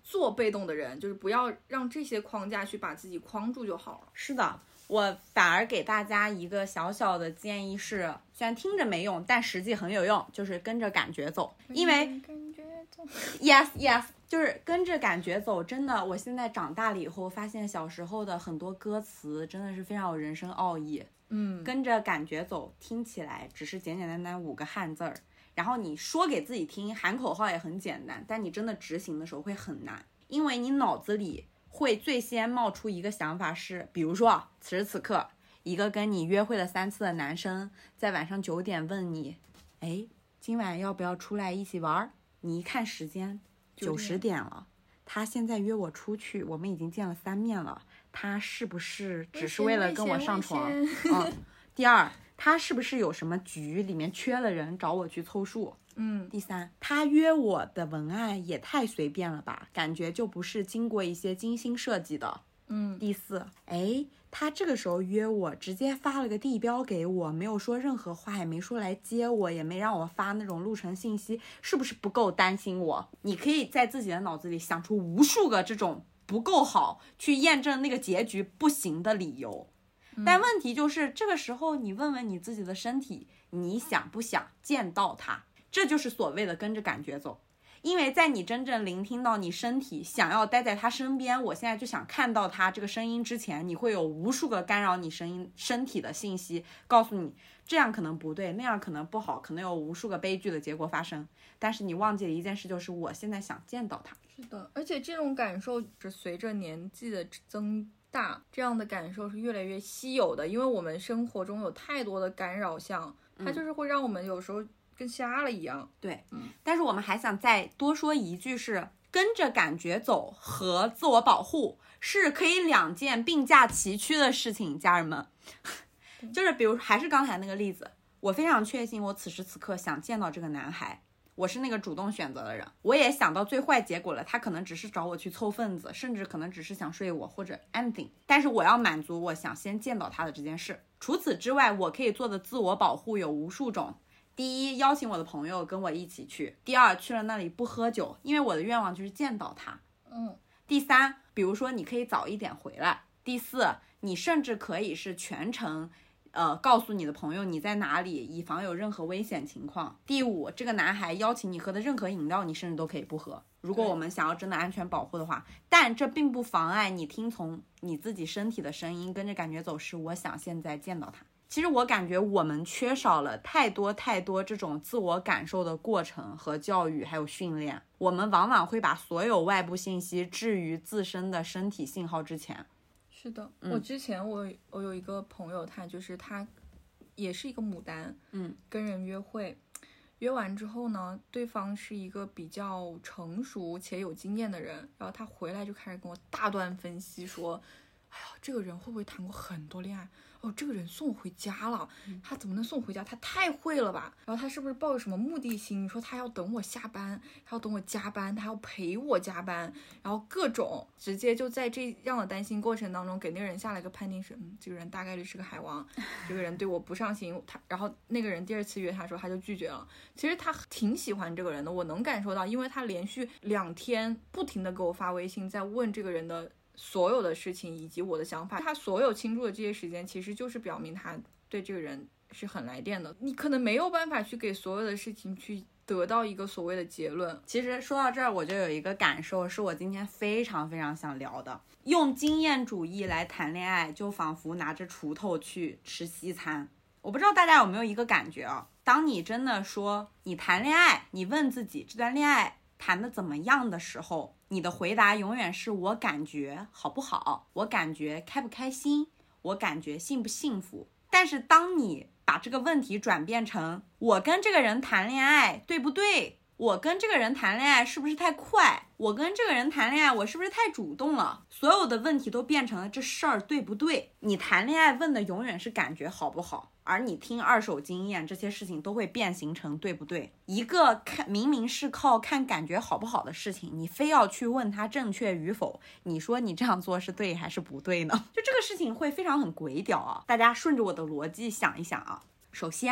做被动的人，就是不要让这些框架去把自己框住就好了。 是的，我反而给大家一个小小的建议是，虽然听着没用，但实际很有用，就是跟着感觉走。因为感觉走 yes yes 就是跟着感觉走，真的，我现在长大了以后发现小时候的很多歌词真的是非常有人生奥义。 嗯， 跟着感觉走听起来只是简简单单五个汉字儿，然后你说给自己听，喊口号也很简单，但你真的执行的时候会很难，因为你脑子里会最先冒出一个想法是，比如说此时此刻一个跟你约会了三次的男生在晚上九点问你，哎，今晚要不要出来一起玩？你一看时间九十点了，他现在约我出去，我们已经见了三面了，他是不是只是为了跟我上床？嗯。第二，他是不是有什么局里面缺了人找我去凑数？ 嗯。 第三，他约我的文案也太随便了吧，感觉就不是经过一些精心设计的。 嗯。 第四，哎，他这个时候约我，直接发了个地标给我，没有说任何话，也没说来接我，也没让我发那种路程信息，是不是不够担心我？你可以在自己的脑子里想出无数个这种不够好去验证那个结局不行的理由。但问题就是这个时候你问问你自己的身体，你想不想见到它？这就是所谓的跟着感觉走。因为在你真正聆听到你身体想要待在他身边，我现在就想看到他这个声音之前，你会有无数个干扰你声音身体的信息告诉你这样可能不对，那样可能不好，可能有无数个悲剧的结果发生，但是你忘记了一件事，就是我现在想见到他。 是的，而且这种感受是随着年纪的增大，这样的感受是越来越稀有的，因为我们生活中有太多的干扰项，它就是会让我们有时候跟瞎了一样。 对， 嗯， 但是我们还想再多说一句是，跟着感觉走和自我保护是可以两件并驾齐驱的事情，家人们。就是比如还是刚才那个例子，我非常确信我此时此刻想见到这个男孩，我是那个主动选择的人，我也想到最坏结果了，他可能只是找我去凑份子，甚至可能只是想睡我或者 anything， 但是我要满足我想先见到他的这件事。除此之外，我可以做的自我保护有无数种。第一，邀请我的朋友跟我一起去。第二，去了那里不喝酒，因为我的愿望就是见到他。 嗯。 第三，比如说你可以早一点回来。第四，你甚至可以是全程呃，告诉你的朋友你在哪里，以防有任何危险情况。第五，这个男孩邀请你喝的任何饮料，你甚至都可以不喝。如果我们想要真的安全保护的话，但这并不妨碍你听从你自己身体的声音，跟着感觉走，是我想现在见到他。其实我感觉我们缺少了太多太多这种自我感受的过程和教育还有训练，我们往往会把所有外部信息置于自身的身体信号之前。 是的，嗯、我之前我我有一个朋友，他就是他也是一个牡丹， 嗯， 跟人约会，约完之后呢，对方是一个比较成熟且有经验的人，然后他回来就开始跟我大段分析说，哎呀，这个人会不会谈过很多恋爱？哦，这个人送我回家了，他怎么能送回家？他太会了吧？然后他是不是抱着什么目的性？说他要等我下班，他要等我加班，他要陪我加班，然后各种直接就在这样的担心过程当中，给那个人下了一个判定是，嗯，这个人大概率是个海王，这个人对我不上心。他，然后那个人第二次约他说，他就拒绝了。其实他挺喜欢这个人的，我能感受到，因为他连续两天不停的给我发微信，在问这个人的所有的事情以及我的想法，他所有倾注的这些时间其实就是表明他对这个人是很来电的。你可能没有办法去给所有的事情去得到一个所谓的结论。 其实说到这儿，我就有一个感受，是我今天非常非常想聊的。用经验主义来谈恋爱，就仿佛拿着锄头去吃西餐。我不知道大家有没有一个感觉啊，当你真的说你谈恋爱，你问自己这段恋爱谈得怎么样的时候，你的回答永远是我感觉好不好，我感觉开不开心，我感觉幸不幸福。但是当你把这个问题转变成我跟这个人谈恋爱对不对，我跟这个人谈恋爱是不是太快，我跟这个人谈恋爱我是不是太主动了，所有的问题都变成了这事儿对不对。你谈恋爱问的永远是感觉好不好，而你听二手经验，这些事情都会变形成对不对。一个看明明是靠看感觉好不好的事情，你非要去问它正确与否，你说你这样做是对还是不对呢？就这个事情会非常很鬼屌啊。大家顺着我的逻辑想一想啊，首先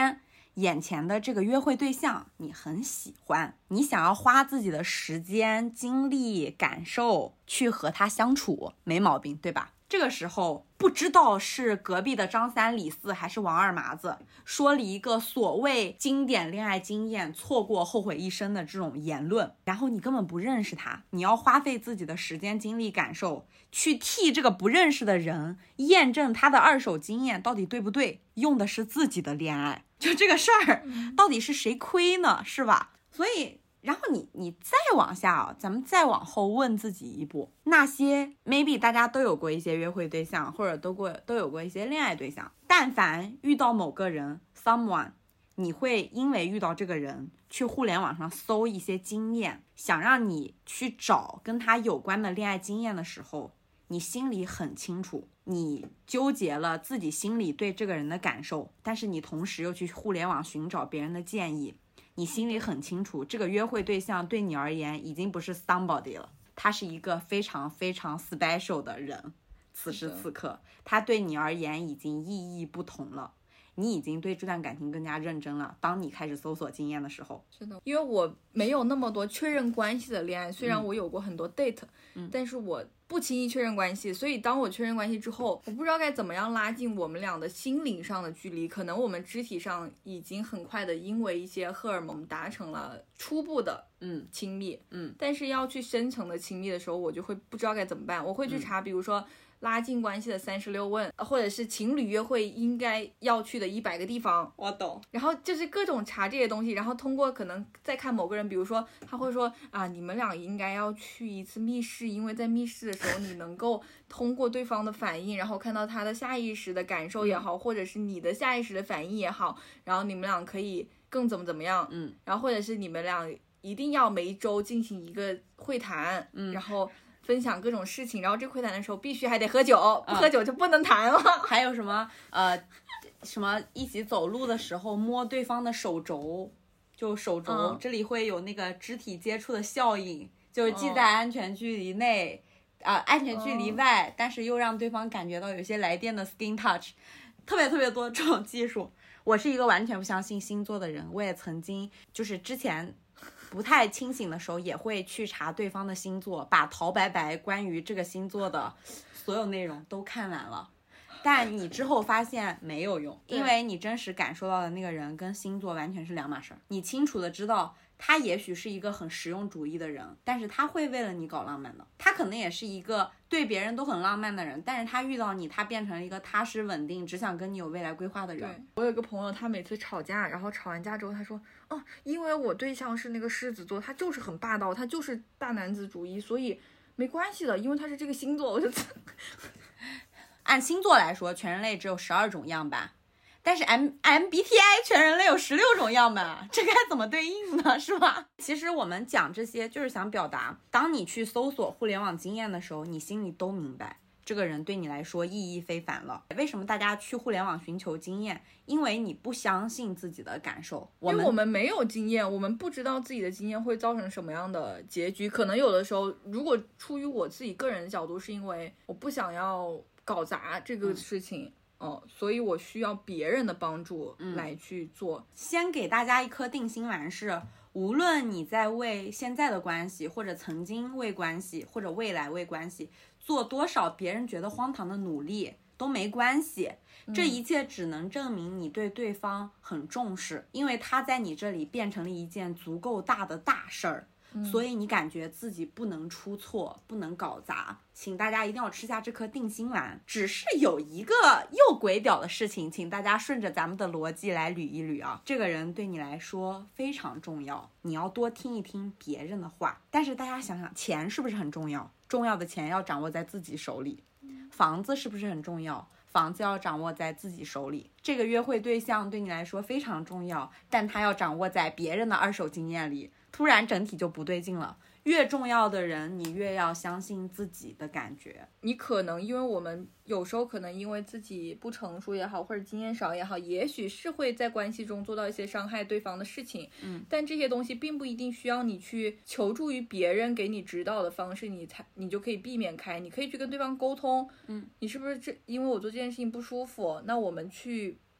眼前的这个约会对象你很喜欢，你想要花自己的时间、精力、感受去和他相处，没毛病，对吧？这个时候不知道是隔壁的张三李四还是王二麻子说了一个所谓经典恋爱经验错过后悔一生的这种言论，然后你根本不认识他，你要花费自己的时间精力感受去替这个不认识的人验证他的二手经验到底对不对，用的是自己的恋爱，就这个事儿到底是谁亏呢，是吧？所以然后你你再往下啊，咱们再往后问自己一步，那些 maybe 大家都有过一些约会对象，或者都过都有过一些恋爱对象，但凡遇到某个人 someone， 你会因为遇到这个人去互联网上搜一些经验，想让你去找跟他有关的恋爱经验的时候，你心里很清楚，你纠结了自己心里对这个人的感受，但是你同时又去互联网寻找别人的建议，你心里很清楚，这个约会对象对你而言已经不是 somebody 了，他是一个非常非常 special 的人，此时此刻他对你而言已经意义不同了，你已经对这段感情更加认真了，当你开始搜索经验的时候。 是的，因为我没有那么多确认关系的恋爱，虽然我有过很多 date、嗯、但是我不轻易确认关系，所以当我确认关系之后，我不知道该怎么样拉近我们俩的心灵上的距离，可能我们肢体上已经很快的因为一些荷尔蒙达成了初步的嗯亲密，嗯，但是要去深层的亲密的时候，我就会不知道该怎么办，我会去查、嗯、比如说拉近关系的三十六问，或者是情侣约会应该要去的一百个地方， 我懂。 然后就是各种查这些东西，然后通过可能再看某个人，比如说他会说啊，你们俩应该要去一次密室，因为在密室的时候你能够通过对方的反应，然后看到他的下意识的感受也好，或者是你的下意识的反应也好，然后你们俩可以更怎么怎么样，嗯，然后或者是你们俩一定要每一周进行一个会谈，嗯，然后分享各种事情，然后这个会谈的时候必须还得喝酒，不喝酒就不能谈了、嗯、 还有什么呃什么一起走路的时候摸对方的手肘，就手肘、嗯、这里会有那个肢体接触的效应，就是既在安全距离内啊、嗯呃、安全距离外、嗯、但是又让对方感觉到有些来电的 skin touch， 特别特别多这种技术。我是一个完全不相信星座的人，我也曾经就是之前不太清醒的时候也会去查对方的星座，把陶白白关于这个星座的所有内容都看完了，但你之后发现没有用，因为你真实感受到的那个人跟星座完全是两码事儿。你清楚的知道他也许是一个很实用主义的人，但是他会为了你搞浪漫的，他可能也是一个对别人都很浪漫的人，但是他遇到你他变成了一个踏实稳定只想跟你有未来规划的人。 对，我有一个朋友，他每次吵架，然后吵完架之后他说哦，因为我对象是那个狮子座，他就是很霸道，他就是大男子主义，所以没关系的，因为他是这个星座。我就按星座来说全人类只有十二种样板，但是 M MBTI 全人类有十六种样本，这该怎么对应呢？是吧？其实我们讲这些就是想表达，当你去搜索互联网经验的时候，你心里都明白这个人对你来说意义非凡了。为什么大家去互联网寻求经验？因为你不相信自己的感受。 因为我们没有经验，我们不知道自己的经验会造成什么样的结局。可能有的时候，如果出于我自己个人的角度，是因为我不想要搞砸这个事情。嗯哦，所以我需要别人的帮助来去做、嗯、 先给大家一颗定心丸，是无论你在为现在的关系，或者曾经为关系，或者未来为关系做多少别人觉得荒唐的努力都没关系，这一切只能证明你对对方很重视、嗯、因为他在你这里变成了一件足够大的大事儿，所以你感觉自己不能出错，不能搞砸，请大家一定要吃下这颗定心丸。只是有一个又鬼屌的事情，请大家顺着咱们的逻辑来捋一捋啊。这个人对你来说非常重要，你要多听一听别人的话。但是大家想想，钱是不是很重要？重要的钱要掌握在自己手里。房子是不是很重要？房子要掌握在自己手里。这个约会对象对你来说非常重要，但他要掌握在别人的二手经验里。突然整体就不对劲了，越重要的人你越要相信自己的感觉。 你可能因为我们有时候可能因为自己不成熟也好，或者经验少也好，也许是会在关系中做到一些伤害对方的事情，嗯，但这些东西并不一定需要你去求助于别人给你指导的方式，你才你就可以避免开。你可以去跟对方沟通，嗯，你是不是这因为我做这件事情不舒服，那我们去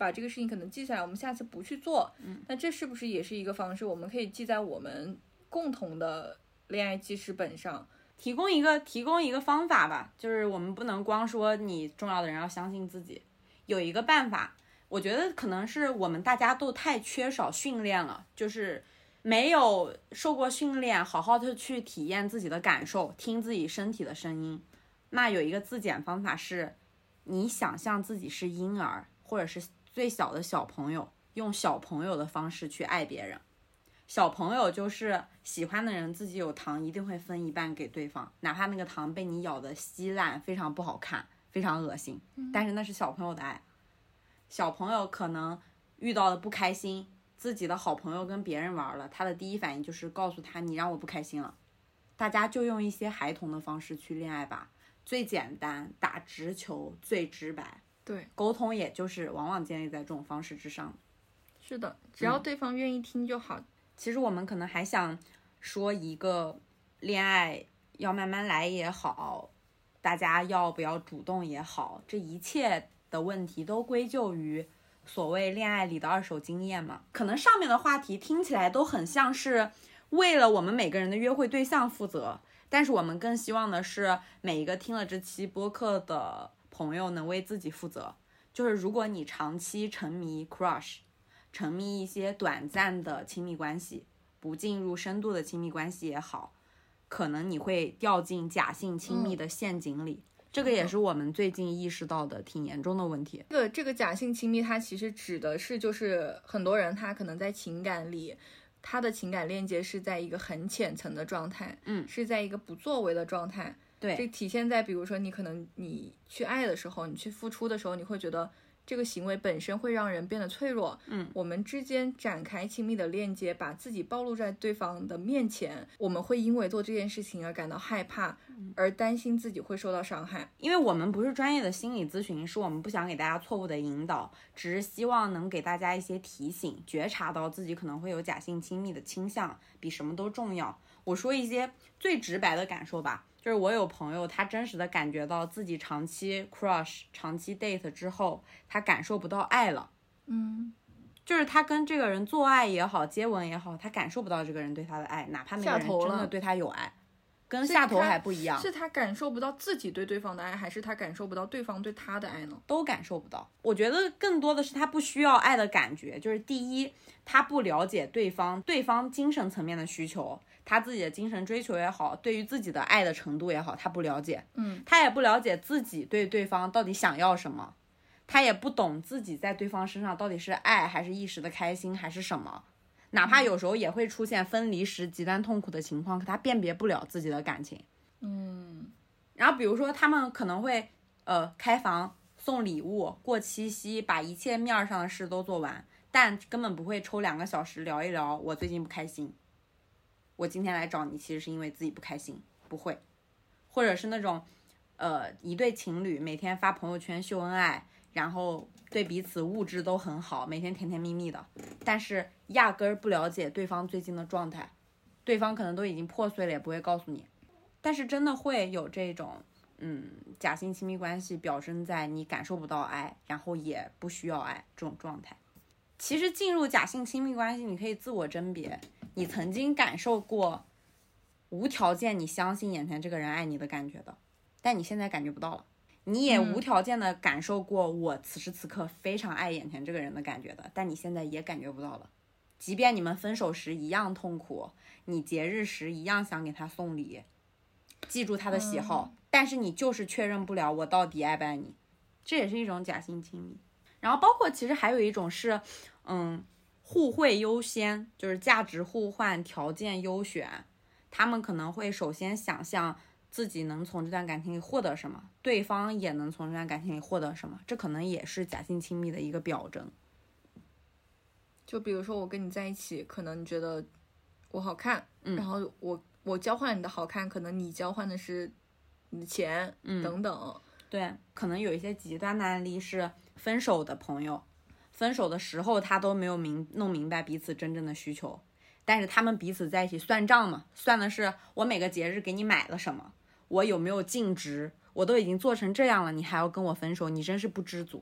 把这个事情可能记下来，我们下次不去做。嗯，那这是不是也是一个方式？我们可以记在我们共同的恋爱记事本上， 提供一个提供一个方法吧，就是我们不能光说你重要的人要相信自己，有一个办法，我觉得可能是我们大家都太缺少训练了，就是没有受过训练，好好的去体验自己的感受，听自己身体的声音。那有一个自检方法是，你想象自己是婴儿或者是最小的小朋友，用小朋友的方式去爱别人。小朋友就是喜欢的人自己有糖一定会分一半给对方，哪怕那个糖被你咬得稀烂，非常不好看，非常恶心，但是那是小朋友的爱。小朋友可能遇到的不开心，自己的好朋友跟别人玩了，他的第一反应就是告诉他你让我不开心了。大家就用一些孩童的方式去恋爱吧，最简单，打直球，最直白。 对， 沟通也就是往往建立在这种方式之上。 是的，只要对方愿意听就好。 嗯、其实我们可能还想说一个恋爱要慢慢来也好，大家要不要主动也好，这一切的问题都归咎于所谓恋爱里的二手经验嘛。可能上面的话题听起来都很像是为了我们每个人的约会对象负责，但是我们更希望的是每一个听了这期播客的朋友能为自己负责。就是如果你长期沉迷 crush， 沉迷一些短暂的亲密关系，不进入深度的亲密关系也好，可能你会掉进假性亲密的陷阱里、嗯、这个也是我们最近意识到的挺严重的问题。 这个这个假性亲密它其实指的是就是很多人他可能在情感里他的情感链接是在一个很浅层的状态， 嗯， 是在一个不作为的状态。 对， 这体现在比如说你可能你去爱的时候，你去付出的时候，你会觉得这个行为本身会让人变得脆弱。 嗯， 我们之间展开亲密的链接，把自己暴露在对方的面前，我们会因为做这件事情而感到害怕，而担心自己会受到伤害。 因为我们不是专业的心理咨询师，我们不想给大家错误的引导，只是希望能给大家一些提醒，觉察到自己可能会有假性亲密的倾向，比什么都重要。我说一些最直白的感受吧，就是我有朋友他真实的感觉到自己长期 crush 长期 date 之后，他感受不到爱了。 嗯， 就是他跟这个人做爱也好，接吻也好，他感受不到这个人对他的爱，哪怕那个人真的对他有爱，跟下头还不一样。 是他感受不到自己对对方的爱，还是他感受不到对方对他的爱呢？ 都感受不到。我觉得更多的是他不需要爱的感觉，就是第一，他不了解对方对方精神层面的需求，他自己的精神追求也好，对于自己的爱的程度也好，他不了解。 嗯， 他也不了解自己对对方到底想要什么，他也不懂自己在对方身上到底是爱还是一时的开心还是什么。哪怕有时候也会出现分离时极端痛苦的情况，可他辨别不了自己的感情。 嗯， 然后比如说他们可能会呃开房送礼物过七夕，把一切面上的事都做完，但根本不会抽两个小时聊一聊我最近不开心，我今天来找你其实是因为自己不开心，不会。或者是那种呃一对情侣每天发朋友圈秀恩爱，然后对彼此物质都很好，每天甜甜蜜蜜的，但是压根儿不了解对方最近的状态，对方可能都已经破碎了也不会告诉你。但是真的会有这种嗯假性亲密关系表征在你感受不到爱，然后也不需要爱这种状态。其实进入假性亲密关系，你可以自我甄别，你曾经感受过无条件你相信眼前这个人爱你的感觉的，但你现在感觉不到了。你也无条件的感受过我此时此刻非常爱眼前这个人的感觉的，但你现在也感觉不到了。即便你们分手时一样痛苦，你节日时一样想给他送礼，记住他的喜好、嗯、但是你就是确认不了我到底爱不爱你，这也是一种假性亲密。然后包括其实还有一种是嗯互惠优先，就是价值互换，条件优选。他们可能会首先想象自己能从这段感情里获得什么，对方也能从这段感情里获得什么，这可能也是假性亲密的一个表征。 就比如说我跟你在一起，可能你觉得我好看、 嗯、 然后我我交换你的好看，可能你交换的是你的钱、嗯、等等。 对，可能有一些极端的案例是分手的朋友，分手的时候他都没有明弄明白彼此真正的需求，但是他们彼此在一起算账嘛，算的是我每个节日给你买了什么，我有没有净值，我都已经做成这样了，你还要跟我分手，你真是不知足。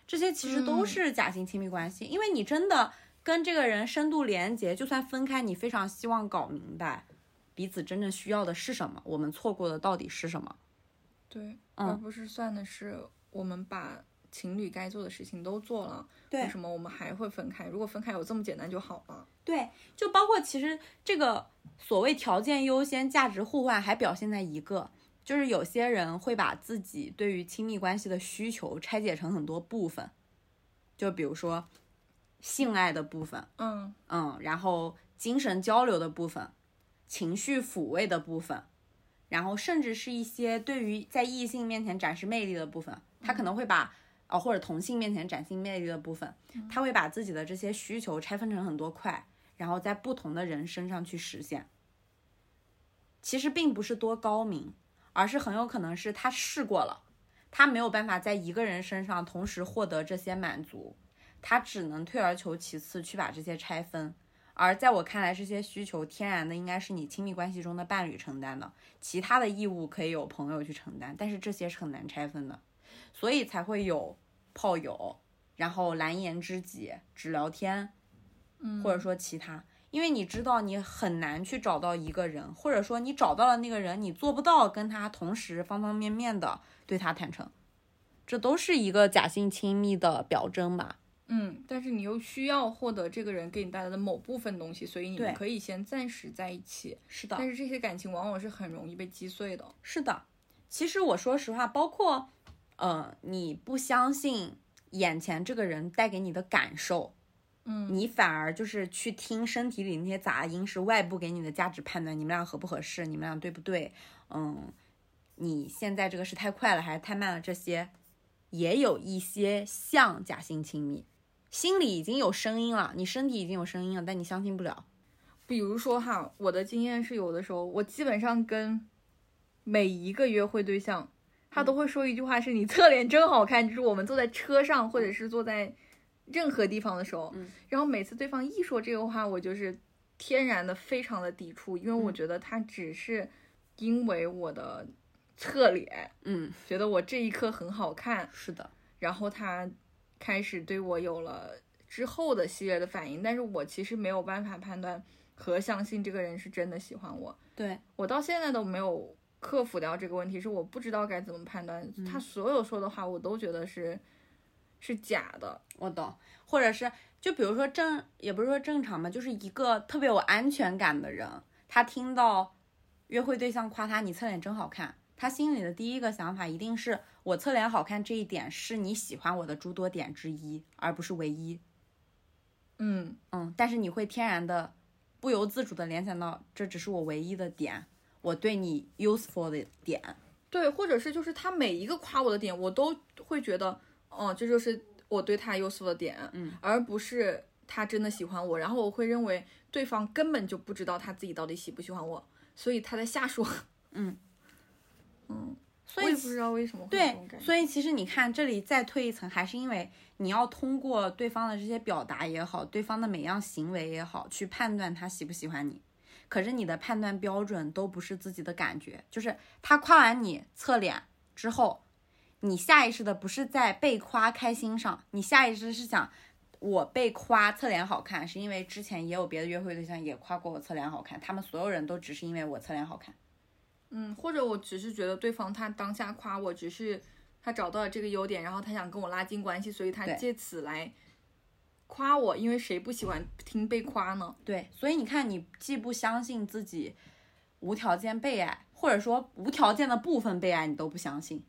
这些其实都是假性亲密关系，嗯、因为你真的跟这个人深度连接，就算分开，你非常希望搞明白彼此真正需要的是什么，我们错过的到底是什么。 对， 嗯、 而不是算的是我们把情侣该做的事情都做了， 对， 为什么我们还会分开？如果分开有这么简单就好了。 对，就包括其实这个所谓条件优先、价值互换，还表现在一个，就是有些人会把自己对于亲密关系的需求拆解成很多部分，就比如说性爱的部分， 嗯嗯，然后精神交流的部分，情绪抚慰的部分，然后甚至是一些对于在异性面前展示魅力的部分，他可能会把、嗯、哦或者同性面前展现魅力的部分，他会把自己的这些需求拆分成很多块，然后在不同的人身上去实现。其实并不是多高明，而是很有可能是他试过了，他没有办法在一个人身上同时获得这些满足，他只能退而求其次去把这些拆分。而在我看来，这些需求天然的应该是你亲密关系中的伴侣承担的，其他的义务可以有朋友去承担，但是这些是很难拆分的，所以才会有炮友，然后蓝颜知己，只聊天， 嗯， 或者说其他，因为你知道你很难去找到一个人，或者说你找到了那个人，你做不到跟他同时方方面面的对他坦诚，这都是一个假性亲密的表征吧。 嗯，但是你又需要获得这个人给你带来的某部分东西，所以你们可以先暂时在一起。 是的， 但是这些感情往往是很容易被击碎的。 是的，其实我说实话，包括呃，你不相信眼前这个人带给你的感受， 嗯， 你反而就是去听身体里那些杂音，是外部给你的价值判断，你们俩合不合适，你们俩对不对，嗯，你现在这个是太快了还是太慢了，这些也有一些像假性亲密。心里已经有声音了，你身体已经有声音了，但你相信不了。 比如说哈，我的经验是有的时候我基本上跟每一个约会对象，他都会说一句话，是你侧脸真好看，就是我们坐在车上或者是坐在任何地方的时候， 嗯， 然后每次对方一说这个话，我就是天然的非常的抵触，因为我觉得他只是因为我的侧脸， 嗯， 觉得我这一刻很好看， 是的， 然后他开始对我有了之后的系列的反应，但是我其实没有办法判断和相信这个人是真的喜欢我。 对， 我到现在都没有克服掉这个问题，是我不知道该怎么判断、嗯、他所有说的话我都觉得是是假的。 我懂，或者是就比如说正也不是说正常吧，就是一个特别有安全感的人，他听到约会对象夸他你侧脸真好看，他心里的第一个想法一定是我侧脸好看这一点是你喜欢我的诸多点之一，而不是唯一。 嗯嗯，但是你会天然的不由自主的联想到这只是我唯一的点，我对你 useful 的点。 对，或者是就是他每一个夸我的点我都会觉得哦，这就是我对他 useful 的点， 嗯， 而不是他真的喜欢我，然后我会认为对方根本就不知道他自己到底喜不喜欢我，所以他在瞎说。 嗯嗯， 所以我也不知道为什么会这种感觉。 对，所以其实你看这里再退一层，还是因为你要通过对方的这些表达也好，对方的每样行为也好，去判断他喜不喜欢你。可是你的判断标准都不是自己的感觉，就是他夸完你侧脸之后，你下意识的不是在被夸开心上，你下意识是想我被夸侧脸好看是因为之前也有别的约会对象也夸过我侧脸好看，他们所有人都只是因为我侧脸好看。 嗯，或者我只是觉得对方他当下夸我，只是他找到了这个优点，然后他想跟我拉近关系，所以他借此来夸我，因为谁不喜欢听被夸呢？ 对，所以你看，你既不相信自己无条件被爱，或者说无条件的部分被爱，你都不相信。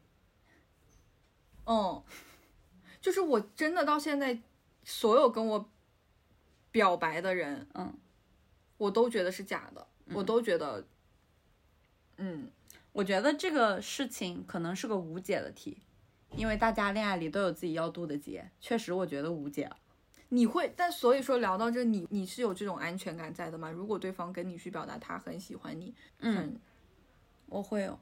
嗯，就是我真的到现在，所有跟我表白的人， 嗯， 我都觉得是假的， 嗯、 我都觉得。嗯， 我觉得这个事情可能是个无解的题，因为大家恋爱里都有自己要渡的劫，确实我觉得无解了。 你会，但所以说聊到这，你你是有这种安全感在的吗？如果对方跟你去表达他很喜欢你， 嗯，我会有。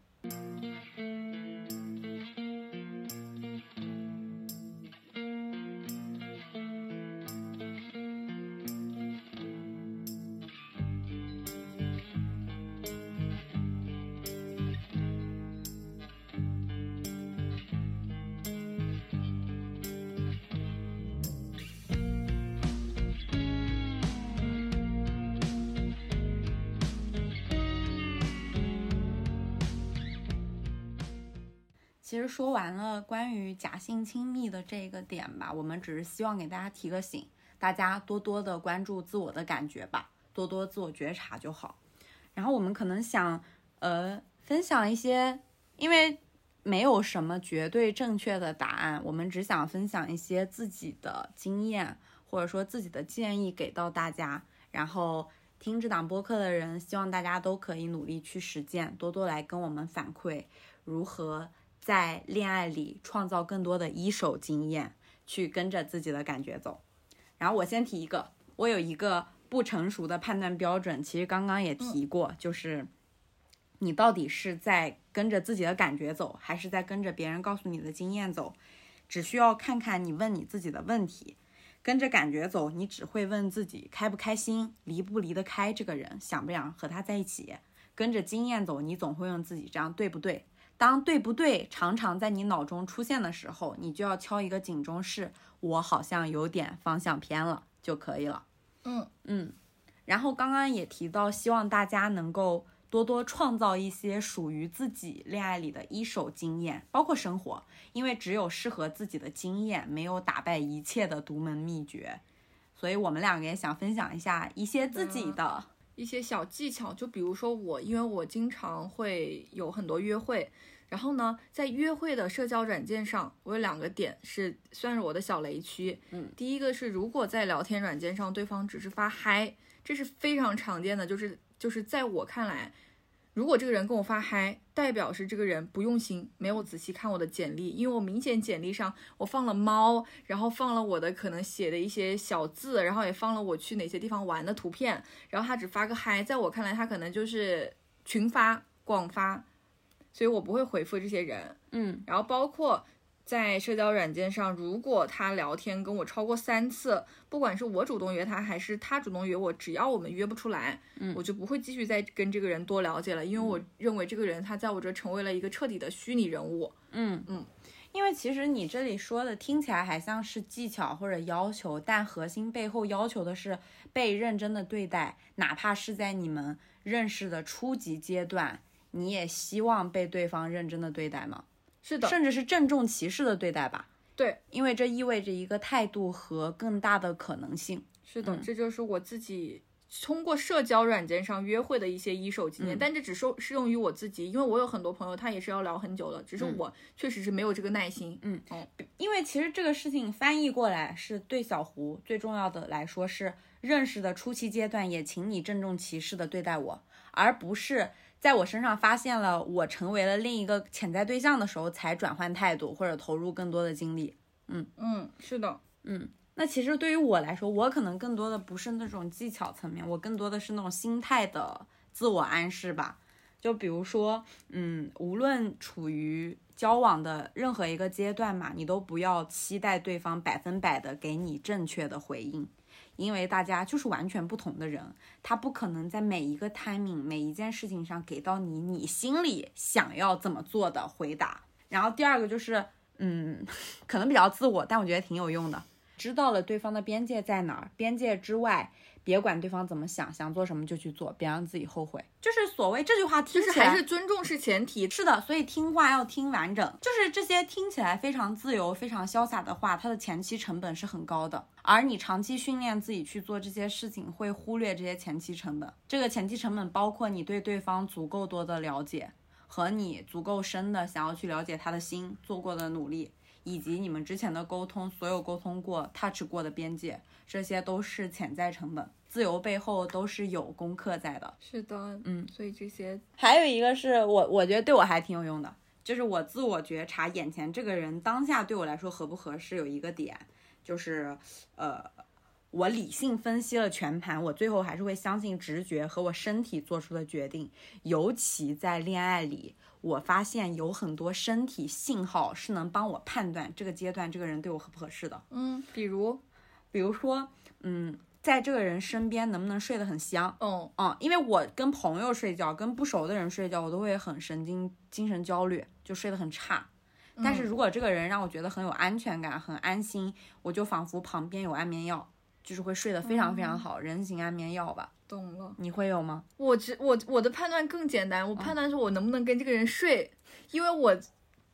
其实说完了关于假性亲密的这个点吧，我们只是希望给大家提个醒，大家多多的关注自我的感觉吧，多多自我觉察就好。然后我们可能想呃分享一些，因为没有什么绝对正确的答案，我们只想分享一些自己的经验或者说自己的建议给到大家，然后听这档播客的人希望大家都可以努力去实践，多多来跟我们反馈如何在恋爱里创造更多的一手经验，去跟着自己的感觉走。然后我先提一个，我有一个不成熟的判断标准，其实刚刚也提过，嗯、就是你到底是在跟着自己的感觉走，还是在跟着别人告诉你的经验走，只需要看看你问你自己的问题。跟着感觉走，你只会问自己开不开心，离不离得开这个人，想不想和他在一起。跟着经验走，你总会问自己这样对不对。当对不对常常在你脑中出现的时候，你就要敲一个警钟，是我好像有点方向偏了就可以了。 嗯嗯，然后刚刚也提到，希望大家能够多多创造一些属于自己恋爱里的一手经验，包括生活，因为只有适合自己的经验，没有打败一切的独门秘诀。所以我们两个也想分享一下一些自己的一些小技巧，就比如说我，因为我经常会有很多约会，然后呢，在约会的社交软件上，我有两个点是算是我的小雷区。 嗯， 第一个是如果在聊天软件上对方只是发嗨，这是非常常见的，就是就是在我看来，如果这个人跟我发嗨，代表是这个人不用心，没有仔细看我的简历，因为我明显简历上我放了猫，然后放了我的可能写的一些小字，然后也放了我去哪些地方玩的图片，然后他只发个嗨，在我看来他可能就是群发广发，所以我不会回复这些人。 嗯， 然后包括在社交软件上，如果他聊天跟我超过三次，不管是我主动约他还是他主动约我，只要我们约不出来， 嗯， 我就不会继续再跟这个人多了解了，因为我认为这个人他在我这成为了一个彻底的虚拟人物。 嗯嗯， 因为其实你这里说的听起来还像是技巧或者要求，但核心背后要求的是被认真的对待，哪怕是在你们认识的初级阶段，你也希望被对方认真的对待吗？ 是的， 甚至是郑重其事的对待吧。 对， 因为这意味着一个态度和更大的可能性。 是的， 嗯、 这就是我自己通过社交软件上约会的一些一手经验、嗯、但这只适用于我自己，因为我有很多朋友他也是要聊很久的，只是我确实是没有这个耐心。 嗯哦，因为其实这个事情翻译过来是对小胡最重要的来说是认识的初期阶段，也请你郑重其事的对待我，而不是在我身上发现了我成为了另一个潜在对象的时候才转换态度或者投入更多的精力。嗯嗯，是的。 嗯，那其实对于我来说，我可能更多的不是那种技巧层面，我更多的是那种心态的自我暗示吧。就比如说嗯，无论处于交往的任何一个阶段嘛，你都不要期待对方百分百的给你正确的回应，因为大家就是完全不同的人，他不可能在每一个 timing 每一件事情上给到你你心里想要怎么做的回答。然后第二个就是嗯，可能比较自我，但我觉得挺有用的，知道了对方的边界在哪儿，边界之外别管对方怎么想，想做什么就去做，别让自己后悔。就是所谓这句话听起来就是还是尊重是前提。 是的，所以听话要听完整，就是这些听起来非常自由非常潇洒的话，它的前期成本是很高的，而你长期训练自己去做这些事情会忽略这些前期成本。这个前期成本包括你对对方足够多的了解，和你足够深的想要去了解他的心做过的努力，以及你们之前的沟通，所有沟通过 touch 过的边界，这些都是潜在成本，自由背后都是有功课在的。 是的， 嗯， 所以这些还有一个是我我觉得对我还挺有用的，就是我自我觉察眼前这个人当下对我来说合不合适，有一个点就是呃我理性分析了全盘，我最后还是会相信直觉和我身体做出的决定。尤其在恋爱里，我发现有很多身体信号是能帮我判断这个阶段这个人对我合不合适的。 嗯，比如比如说嗯，在这个人身边能不能睡得很香。 嗯嗯，因为我跟朋友睡觉跟不熟的人睡觉我都会很神经精神焦虑，就睡得很差。但是如果这个人让我觉得很有安全感很安心，我就仿佛旁边有安眠药，就是会睡得非常非常好、嗯、人形安眠药吧。 懂了。 你会有吗？ 我只我我的判断更简单，我判断是我能不能跟这个人睡、嗯、因为我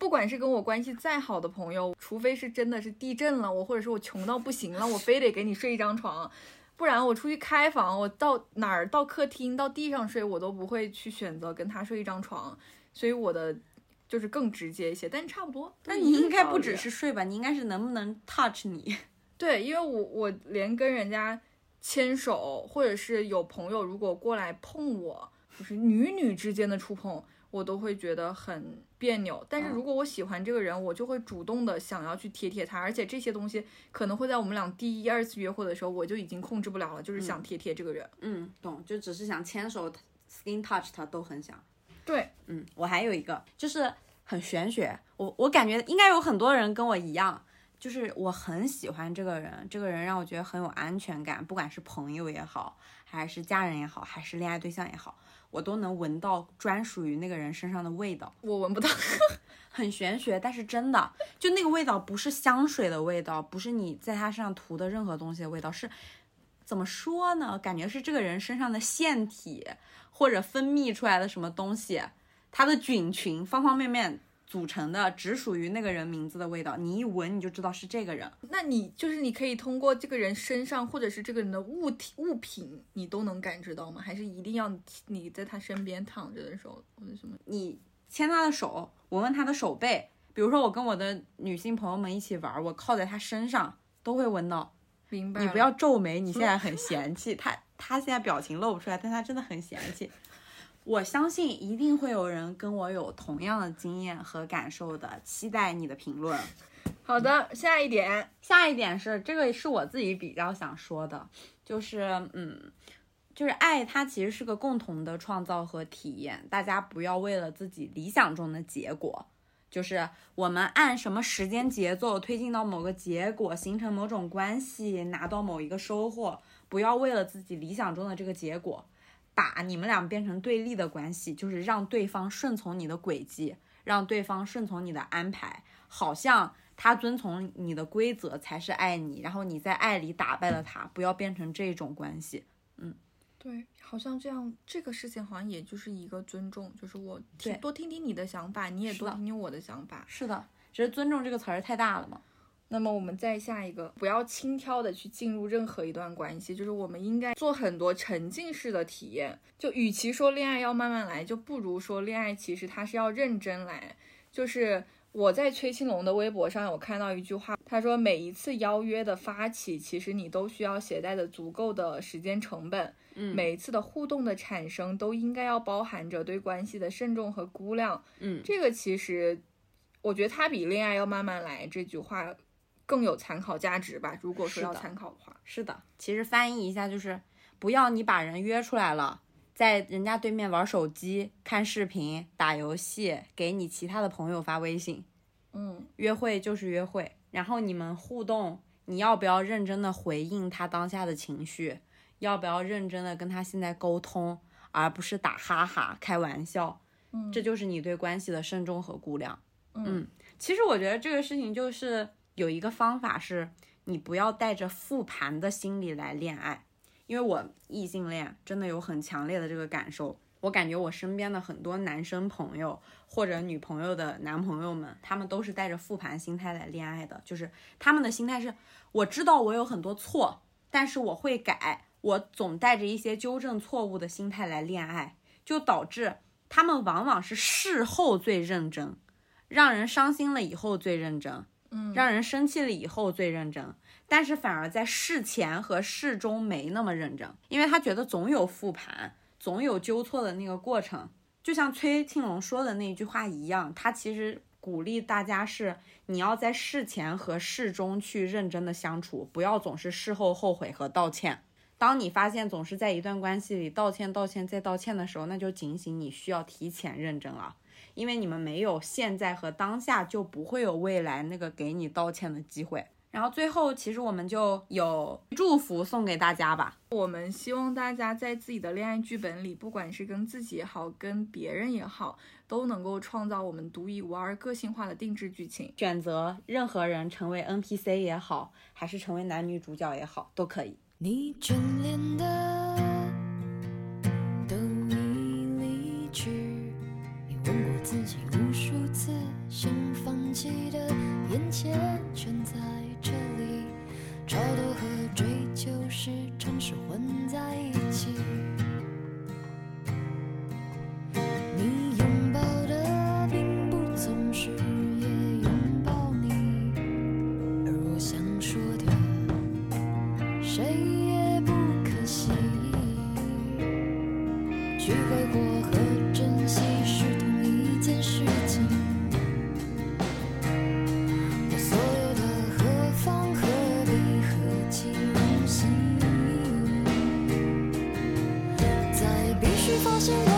不管是跟我关系再好的朋友，除非是真的是地震了，我或者是我穷到不行了，我非得给你睡一张床，不然我出去开房，我到哪儿到客厅到地上睡，我都不会去选择跟他睡一张床。所以我的就是更直接一些，但差不多。 那你应该不只是睡吧，你应该是能不能 touch 你。 对，因为我我连跟人家牵手，或者是有朋友如果过来碰我，就是女女之间的触碰，我都会觉得很别扭。但是如果我喜欢这个人，我就会主动的想要去贴贴他，而且这些东西可能会在我们俩第一二次约会的时候，我就已经控制不了了，就是想贴贴这个人。 嗯，懂，就只是想牵手 skin touch 他都很想。 对， 嗯，我还有一个就是很玄学，我我感觉应该有很多人跟我一样，就是我很喜欢这个人，这个人让我觉得很有安全感，不管是朋友也好，还是家人也好，还是恋爱对象也好，我都能闻到专属于那个人身上的味道。 我闻不到。 很玄学，但是真的，就那个味道不是香水的味道，不是你在他身上涂的任何东西的味道，是怎么说呢？感觉是这个人身上的腺体或者分泌出来的什么东西，它的菌群方方面面组成的，只属于那个人名字的味道，你一闻你就知道是这个人。 那你就是你可以通过这个人身上或者是这个人的物体物品，你都能感知到吗？还是一定要你在他身边躺着的时候或者什么？ 你牵他的手，闻闻他的手背，比如说我跟我的女性朋友们一起玩，我靠在他身上都会闻到。 明白。 你不要皱眉，你现在很嫌弃他，他现在表情露不出来，但他真的很嫌弃。我相信一定会有人跟我有同样的经验和感受的，期待你的评论。 好的，下一点， 下一点是这个是我自己比较想说的，就是嗯。就是爱它其实是个共同的创造和体验，大家不要为了自己理想中的结果，就是我们按什么时间节奏推进到某个结果，形成某种关系，拿到某一个收获，不要为了自己理想中的这个结果把你们俩变成对立的关系，就是让对方顺从你的轨迹，让对方顺从你的安排，好像他遵从你的规则才是爱你，然后你在爱里打败了他，不要变成这种关系。嗯， 对，好像这样，这个事情好像也就是一个尊重，就是我听多听听你的想法，你也多听听我的想法。 是的，只是尊重这个词儿太大了嘛。 那么我们再下一个，不要轻佻的去进入任何一段关系，就是我们应该做很多沉浸式的体验。就与其说恋爱要慢慢来，就不如说恋爱其实它是要认真来。就是我在崔庆龙的微博上有看到一句话，他说每一次邀约的发起，其实你都需要携带的足够的时间成本。 嗯， 每一次的互动的产生都应该要包含着对关系的慎重和估量。 嗯， 这个其实我觉得它比恋爱要慢慢来这句话更有参考价值吧，如果说要参考的话。 是的，其实翻译一下就是不要你把人约出来了，在人家对面玩手机看视频打游戏，给你其他的朋友发微信。 嗯， 约会就是约会，然后你们互动，你要不要认真的回应他当下的情绪，要不要认真的跟他现在沟通，而不是打哈哈开玩笑。 嗯， 这就是你对关系的慎重和估量。 嗯， 嗯，其实我觉得这个事情就是有一个方法是，你不要带着复盘的心理来恋爱，因为我异性恋真的有很强烈的这个感受。我感觉我身边的很多男生朋友或者女朋友的男朋友们，他们都是带着复盘心态来恋爱的，就是他们的心态是，我知道我有很多错，但是我会改，我总带着一些纠正错误的心态来恋爱，就导致他们往往是事后最认真，让人伤心了以后最认真， 嗯， 让人生气了以后最认真，但是反而在事前和事中没那么认真，因为他觉得总有复盘，总有纠错的那个过程。就像崔庆龙说的那句话一样，他其实鼓励大家是你要在事前和事中去认真的相处，不要总是事后后悔和道歉。当你发现总是在一段关系里道歉道歉再道歉的时候，那就警醒你需要提前认真了，因为你们没有现在和当下，就不会有未来那个给你道歉的机会。然后最后其实我们就有祝福送给大家吧， 我们希望大家在自己的恋爱剧本里，不管是跟自己也好，跟别人也好，都能够创造我们独一无二个性化的定制剧情。 选择任何人成为 N P C 也好，还是成为男女主角也好，都可以。 你眷恋的都已离去，你问过自己无数次，幸福记的眼前全在这里，超脱和追求时常是混在一起。你拥抱的并不总是也拥抱你，而我想说的谁也不可惜。去挥霍和珍惜是同一件事情，我所有的何方何必何其荣幸，在必须发现